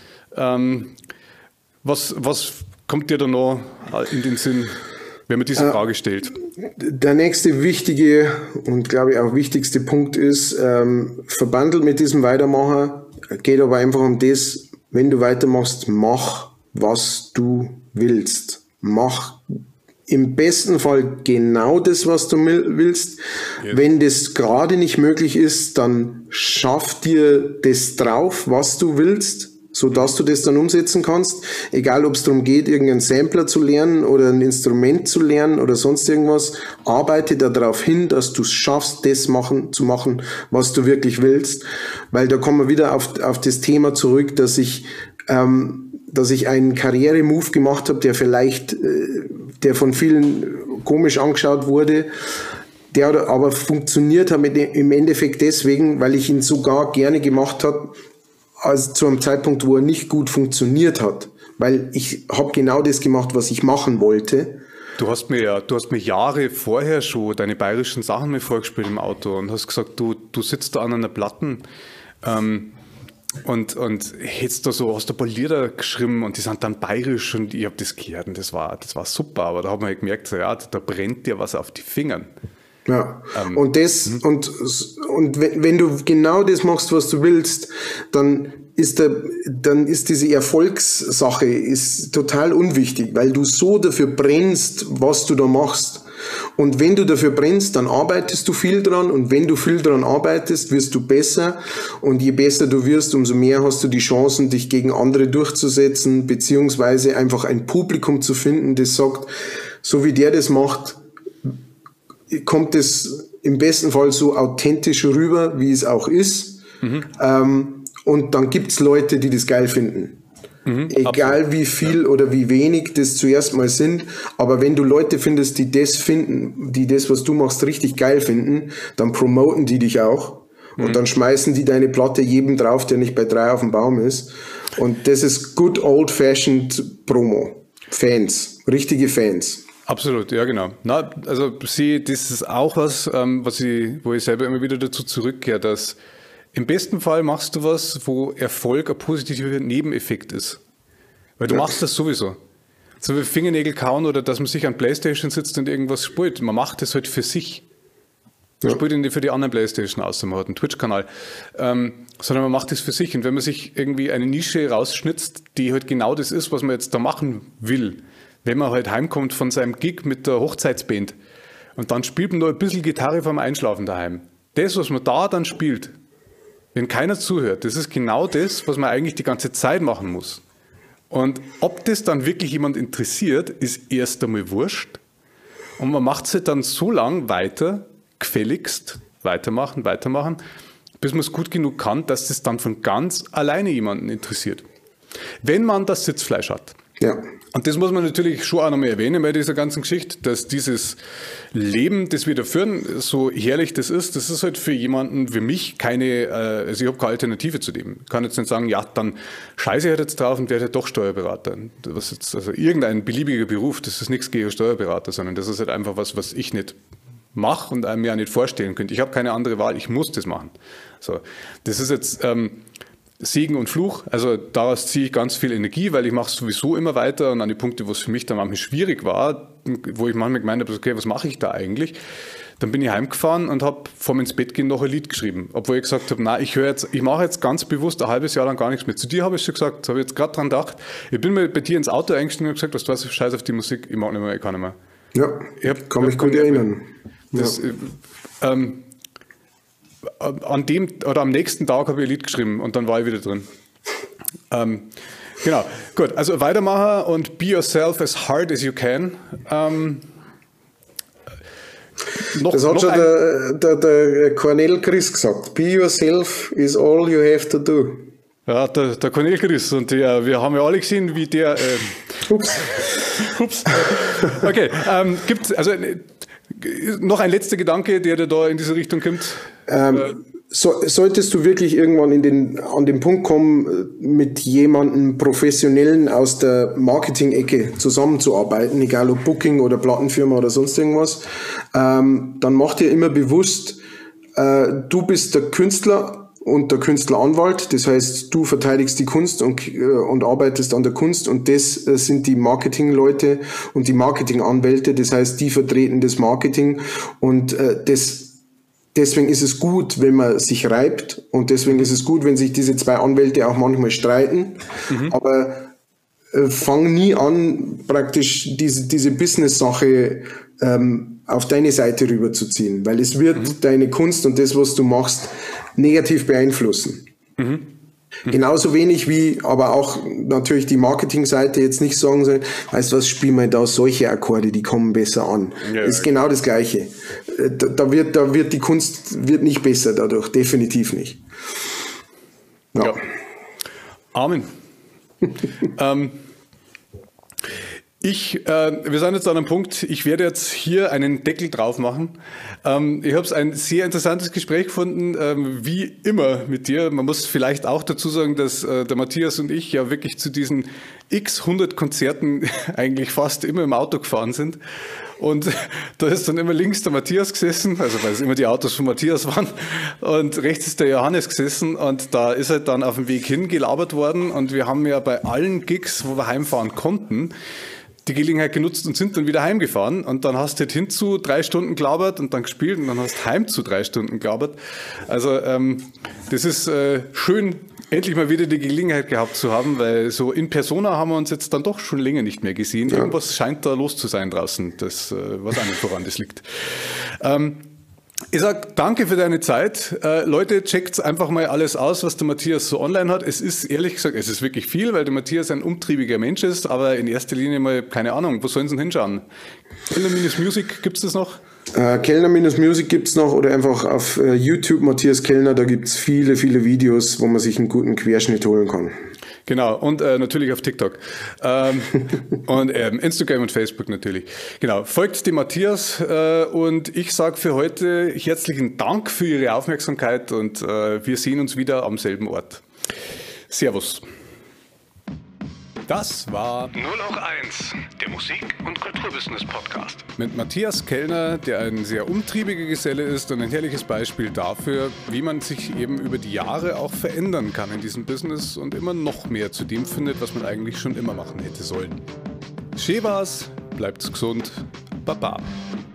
Was kommt dir da noch in den Sinn, wenn man diese Frage stellt? Der nächste wichtige und glaube ich auch wichtigste Punkt ist, verbandelt mit diesem Weitermachen, geht aber einfach um das, wenn du weitermachst, mach, was du willst. Mach im besten Fall genau das, was du willst. Yes. Wenn das gerade nicht möglich ist, dann schaff dir das drauf, was du willst, sodass du das dann umsetzen kannst. Egal, ob es darum geht, irgendeinen Sampler zu lernen oder ein Instrument zu lernen oder sonst irgendwas. Arbeite darauf hin, dass du es schaffst, das zu machen, was du wirklich willst. Weil da kommen wir wieder auf das Thema zurück, dass ich einen Karriere-Move gemacht habe, der von vielen komisch angeschaut wurde, der aber funktioniert hat im Endeffekt deswegen, weil ich ihn sogar gerne gemacht habe, also zu einem Zeitpunkt, wo er nicht gut funktioniert hat, weil ich habe genau das gemacht, was ich machen wollte. Du hast mir Jahre vorher schon deine bayerischen Sachen mir vorgespielt im Auto und hast gesagt, du sitzt da an einer Platten und hast da ein paar Lieder geschrieben und die sind dann bayerisch und ich habe das gehört und das war super, aber da hat man halt gemerkt, so, ja, da brennt dir was auf die Fingern. Ja, und wenn du genau das machst, was du willst, dann ist diese Erfolgssache ist total unwichtig, weil du so dafür brennst, was du da machst. Und wenn du dafür brennst, dann arbeitest du viel dran und wenn du viel dran arbeitest, wirst du besser und je besser du wirst, umso mehr hast du die Chancen, dich gegen andere durchzusetzen, beziehungsweise einfach ein Publikum zu finden, das sagt, so wie der das macht, kommt es im besten Fall so authentisch rüber, wie es auch ist. Und dann gibt's Leute, die das geil finden. Egal absolut. Wie viel oder wie wenig das zuerst mal sind, aber wenn du Leute findest, die das finden, die das, was du machst, richtig geil finden, dann promoten die dich auch und dann schmeißen die deine Platte jedem drauf, der nicht bei 3 auf dem Baum ist, und das ist good old fashioned Promo. Fans, richtige Fans. Absolut, ja genau. Na, also das ist auch was, wo ich selber immer wieder dazu zurückkehre, dass im besten Fall machst du was, wo Erfolg ein positiver Nebeneffekt ist. Weil du machst das sowieso. So wie Fingernägel kauen oder dass man sich an Playstation sitzt und irgendwas spielt. Man macht das halt für sich. Man spielt nicht für die anderen Playstation aus, man hat einen Twitch-Kanal. Sondern man macht das für sich. Und wenn man sich irgendwie eine Nische rausschnitzt, die halt genau das ist, was man jetzt da machen will, wenn man halt heimkommt von seinem Gig mit der Hochzeitsband und dann spielt man nur ein bisschen Gitarre vorm Einschlafen daheim. Das, was man da dann spielt, wenn keiner zuhört, das ist genau das, was man eigentlich die ganze Zeit machen muss. Und ob das dann wirklich jemand interessiert, ist erst einmal wurscht. Und man macht es halt dann so lang weiter, gefälligst weitermachen, bis man es gut genug kann, dass das dann von ganz alleine jemanden interessiert. Wenn man das Sitzfleisch hat. Ja. Und das muss man natürlich schon auch nochmal erwähnen bei dieser ganzen Geschichte, dass dieses Leben, das wir da führen, so herrlich das ist halt für jemanden wie mich keine, also ich habe keine Alternative zu dem. Ich kann jetzt nicht sagen, ja, dann scheiße ich halt jetzt drauf und werde halt doch Steuerberater. Was jetzt, also irgendein beliebiger Beruf, das ist nichts gegen Steuerberater, sondern das ist halt einfach was ich nicht mache und mir auch nicht vorstellen könnte. Ich habe keine andere Wahl, ich muss das machen. So, das ist jetzt Segen und Fluch, also daraus ziehe ich ganz viel Energie, weil ich mache sowieso immer weiter und an die Punkte, wo es für mich dann manchmal schwierig war, wo ich manchmal gemeint habe, okay, was mache ich da eigentlich? Dann bin ich heimgefahren und habe vorm ins Bett gehen noch ein Lied geschrieben, obwohl ich gesagt habe, nein, ich mache jetzt ganz bewusst ein halbes Jahr lang gar nichts mehr. Zu dir habe ich schon gesagt, habe ich jetzt gerade dran gedacht, ich bin mal bei dir ins Auto eingestiegen und habe gesagt, was scheiß auf die Musik, ich mag nicht mehr, ich kann nicht mehr. Ja, kann mich gut erinnern. Das, am nächsten Tag habe ich ein Lied geschrieben und dann war ich wieder drin. Genau, gut, also weitermachen und be yourself as hard as you can. Das hat schon der Cornel Chris gesagt. Be yourself is all you have to do. Ja, der Cornel Chris und wir haben ja alle gesehen, wie der... Ups. Okay, gibt's also... Noch ein letzter Gedanke, der da in diese Richtung kommt? Solltest du wirklich irgendwann an den Punkt kommen, mit jemandem Professionellen aus der Marketing-Ecke zusammenzuarbeiten, egal ob Booking oder Plattenfirma oder sonst irgendwas, dann mach dir immer bewusst, du bist der Künstler und der Künstleranwalt, das heißt, du verteidigst die Kunst und arbeitest an der Kunst, und das sind die Marketingleute und die Marketinganwälte, das heißt, die vertreten das Marketing, und deswegen ist es gut, wenn man sich reibt, und deswegen ist es gut, wenn sich diese zwei Anwälte auch manchmal streiten, aber fang nie an, praktisch diese Business-Sache auf deine Seite rüberzuziehen, weil es wird deine Kunst und das, was du machst, negativ beeinflussen. Genauso wenig wie aber auch natürlich die Marketingseite jetzt nicht sagen soll, weißt du was, spiel mal da solche Akkorde, die kommen besser an. Ja, ist genau das Gleiche. Da wird die Kunst wird nicht besser dadurch, definitiv nicht. Ja. Amen. Wir sind jetzt an einem Punkt, ich werde jetzt hier einen Deckel drauf machen. Ich habe es ein sehr interessantes Gespräch gefunden, wie immer mit dir. Man muss vielleicht auch dazu sagen, dass der Matthias und ich ja wirklich zu diesen x 100 Konzerten eigentlich fast immer im Auto gefahren sind. Und da ist dann immer links der Matthias gesessen, also weil es immer die Autos von Matthias waren, und rechts ist der Johannes gesessen, und da ist halt dann auf dem Weg hin gelabert worden, und wir haben ja bei allen Gigs, wo wir heimfahren konnten, die Gelegenheit genutzt und sind dann wieder heimgefahren, und dann hast du halt hinzu 3 Stunden gelabert und dann gespielt und dann hast heim zu 3 Stunden gelabert. Also das ist schön, endlich mal wieder die Gelegenheit gehabt zu haben, weil so in Persona haben wir uns jetzt dann doch schon länger nicht mehr gesehen. Ja. Irgendwas scheint da los zu sein draußen, das was auch nicht voran das liegt. Ich sage danke für deine Zeit. Leute, checkt einfach mal alles aus, was der Matthias so online hat. Es ist ehrlich gesagt, es ist wirklich viel, weil der Matthias ein umtriebiger Mensch ist, aber in erster Linie mal, keine Ahnung, wo sollen sie denn hinschauen? Kellner-Music, gibt es das noch? Kellner-Music gibt es noch, oder einfach auf YouTube Matthias Kellner, da gibt es viele, viele Videos, wo man sich einen guten Querschnitt holen kann. Genau, und natürlich auf TikTok. Und Instagram und Facebook natürlich. Genau, folgt dem Matthias und ich sage für heute herzlichen Dank für Ihre Aufmerksamkeit und wir sehen uns wieder am selben Ort. Servus. Das war 081, der Musik- und Kulturbusiness-Podcast. mit Matthias Kellner, der ein sehr umtriebiger Geselle ist und ein herrliches Beispiel dafür, wie man sich eben über die Jahre auch verändern kann in diesem Business und immer noch mehr zu dem findet, was man eigentlich schon immer machen hätte sollen. Schön war's, bleibt's gesund, Baba.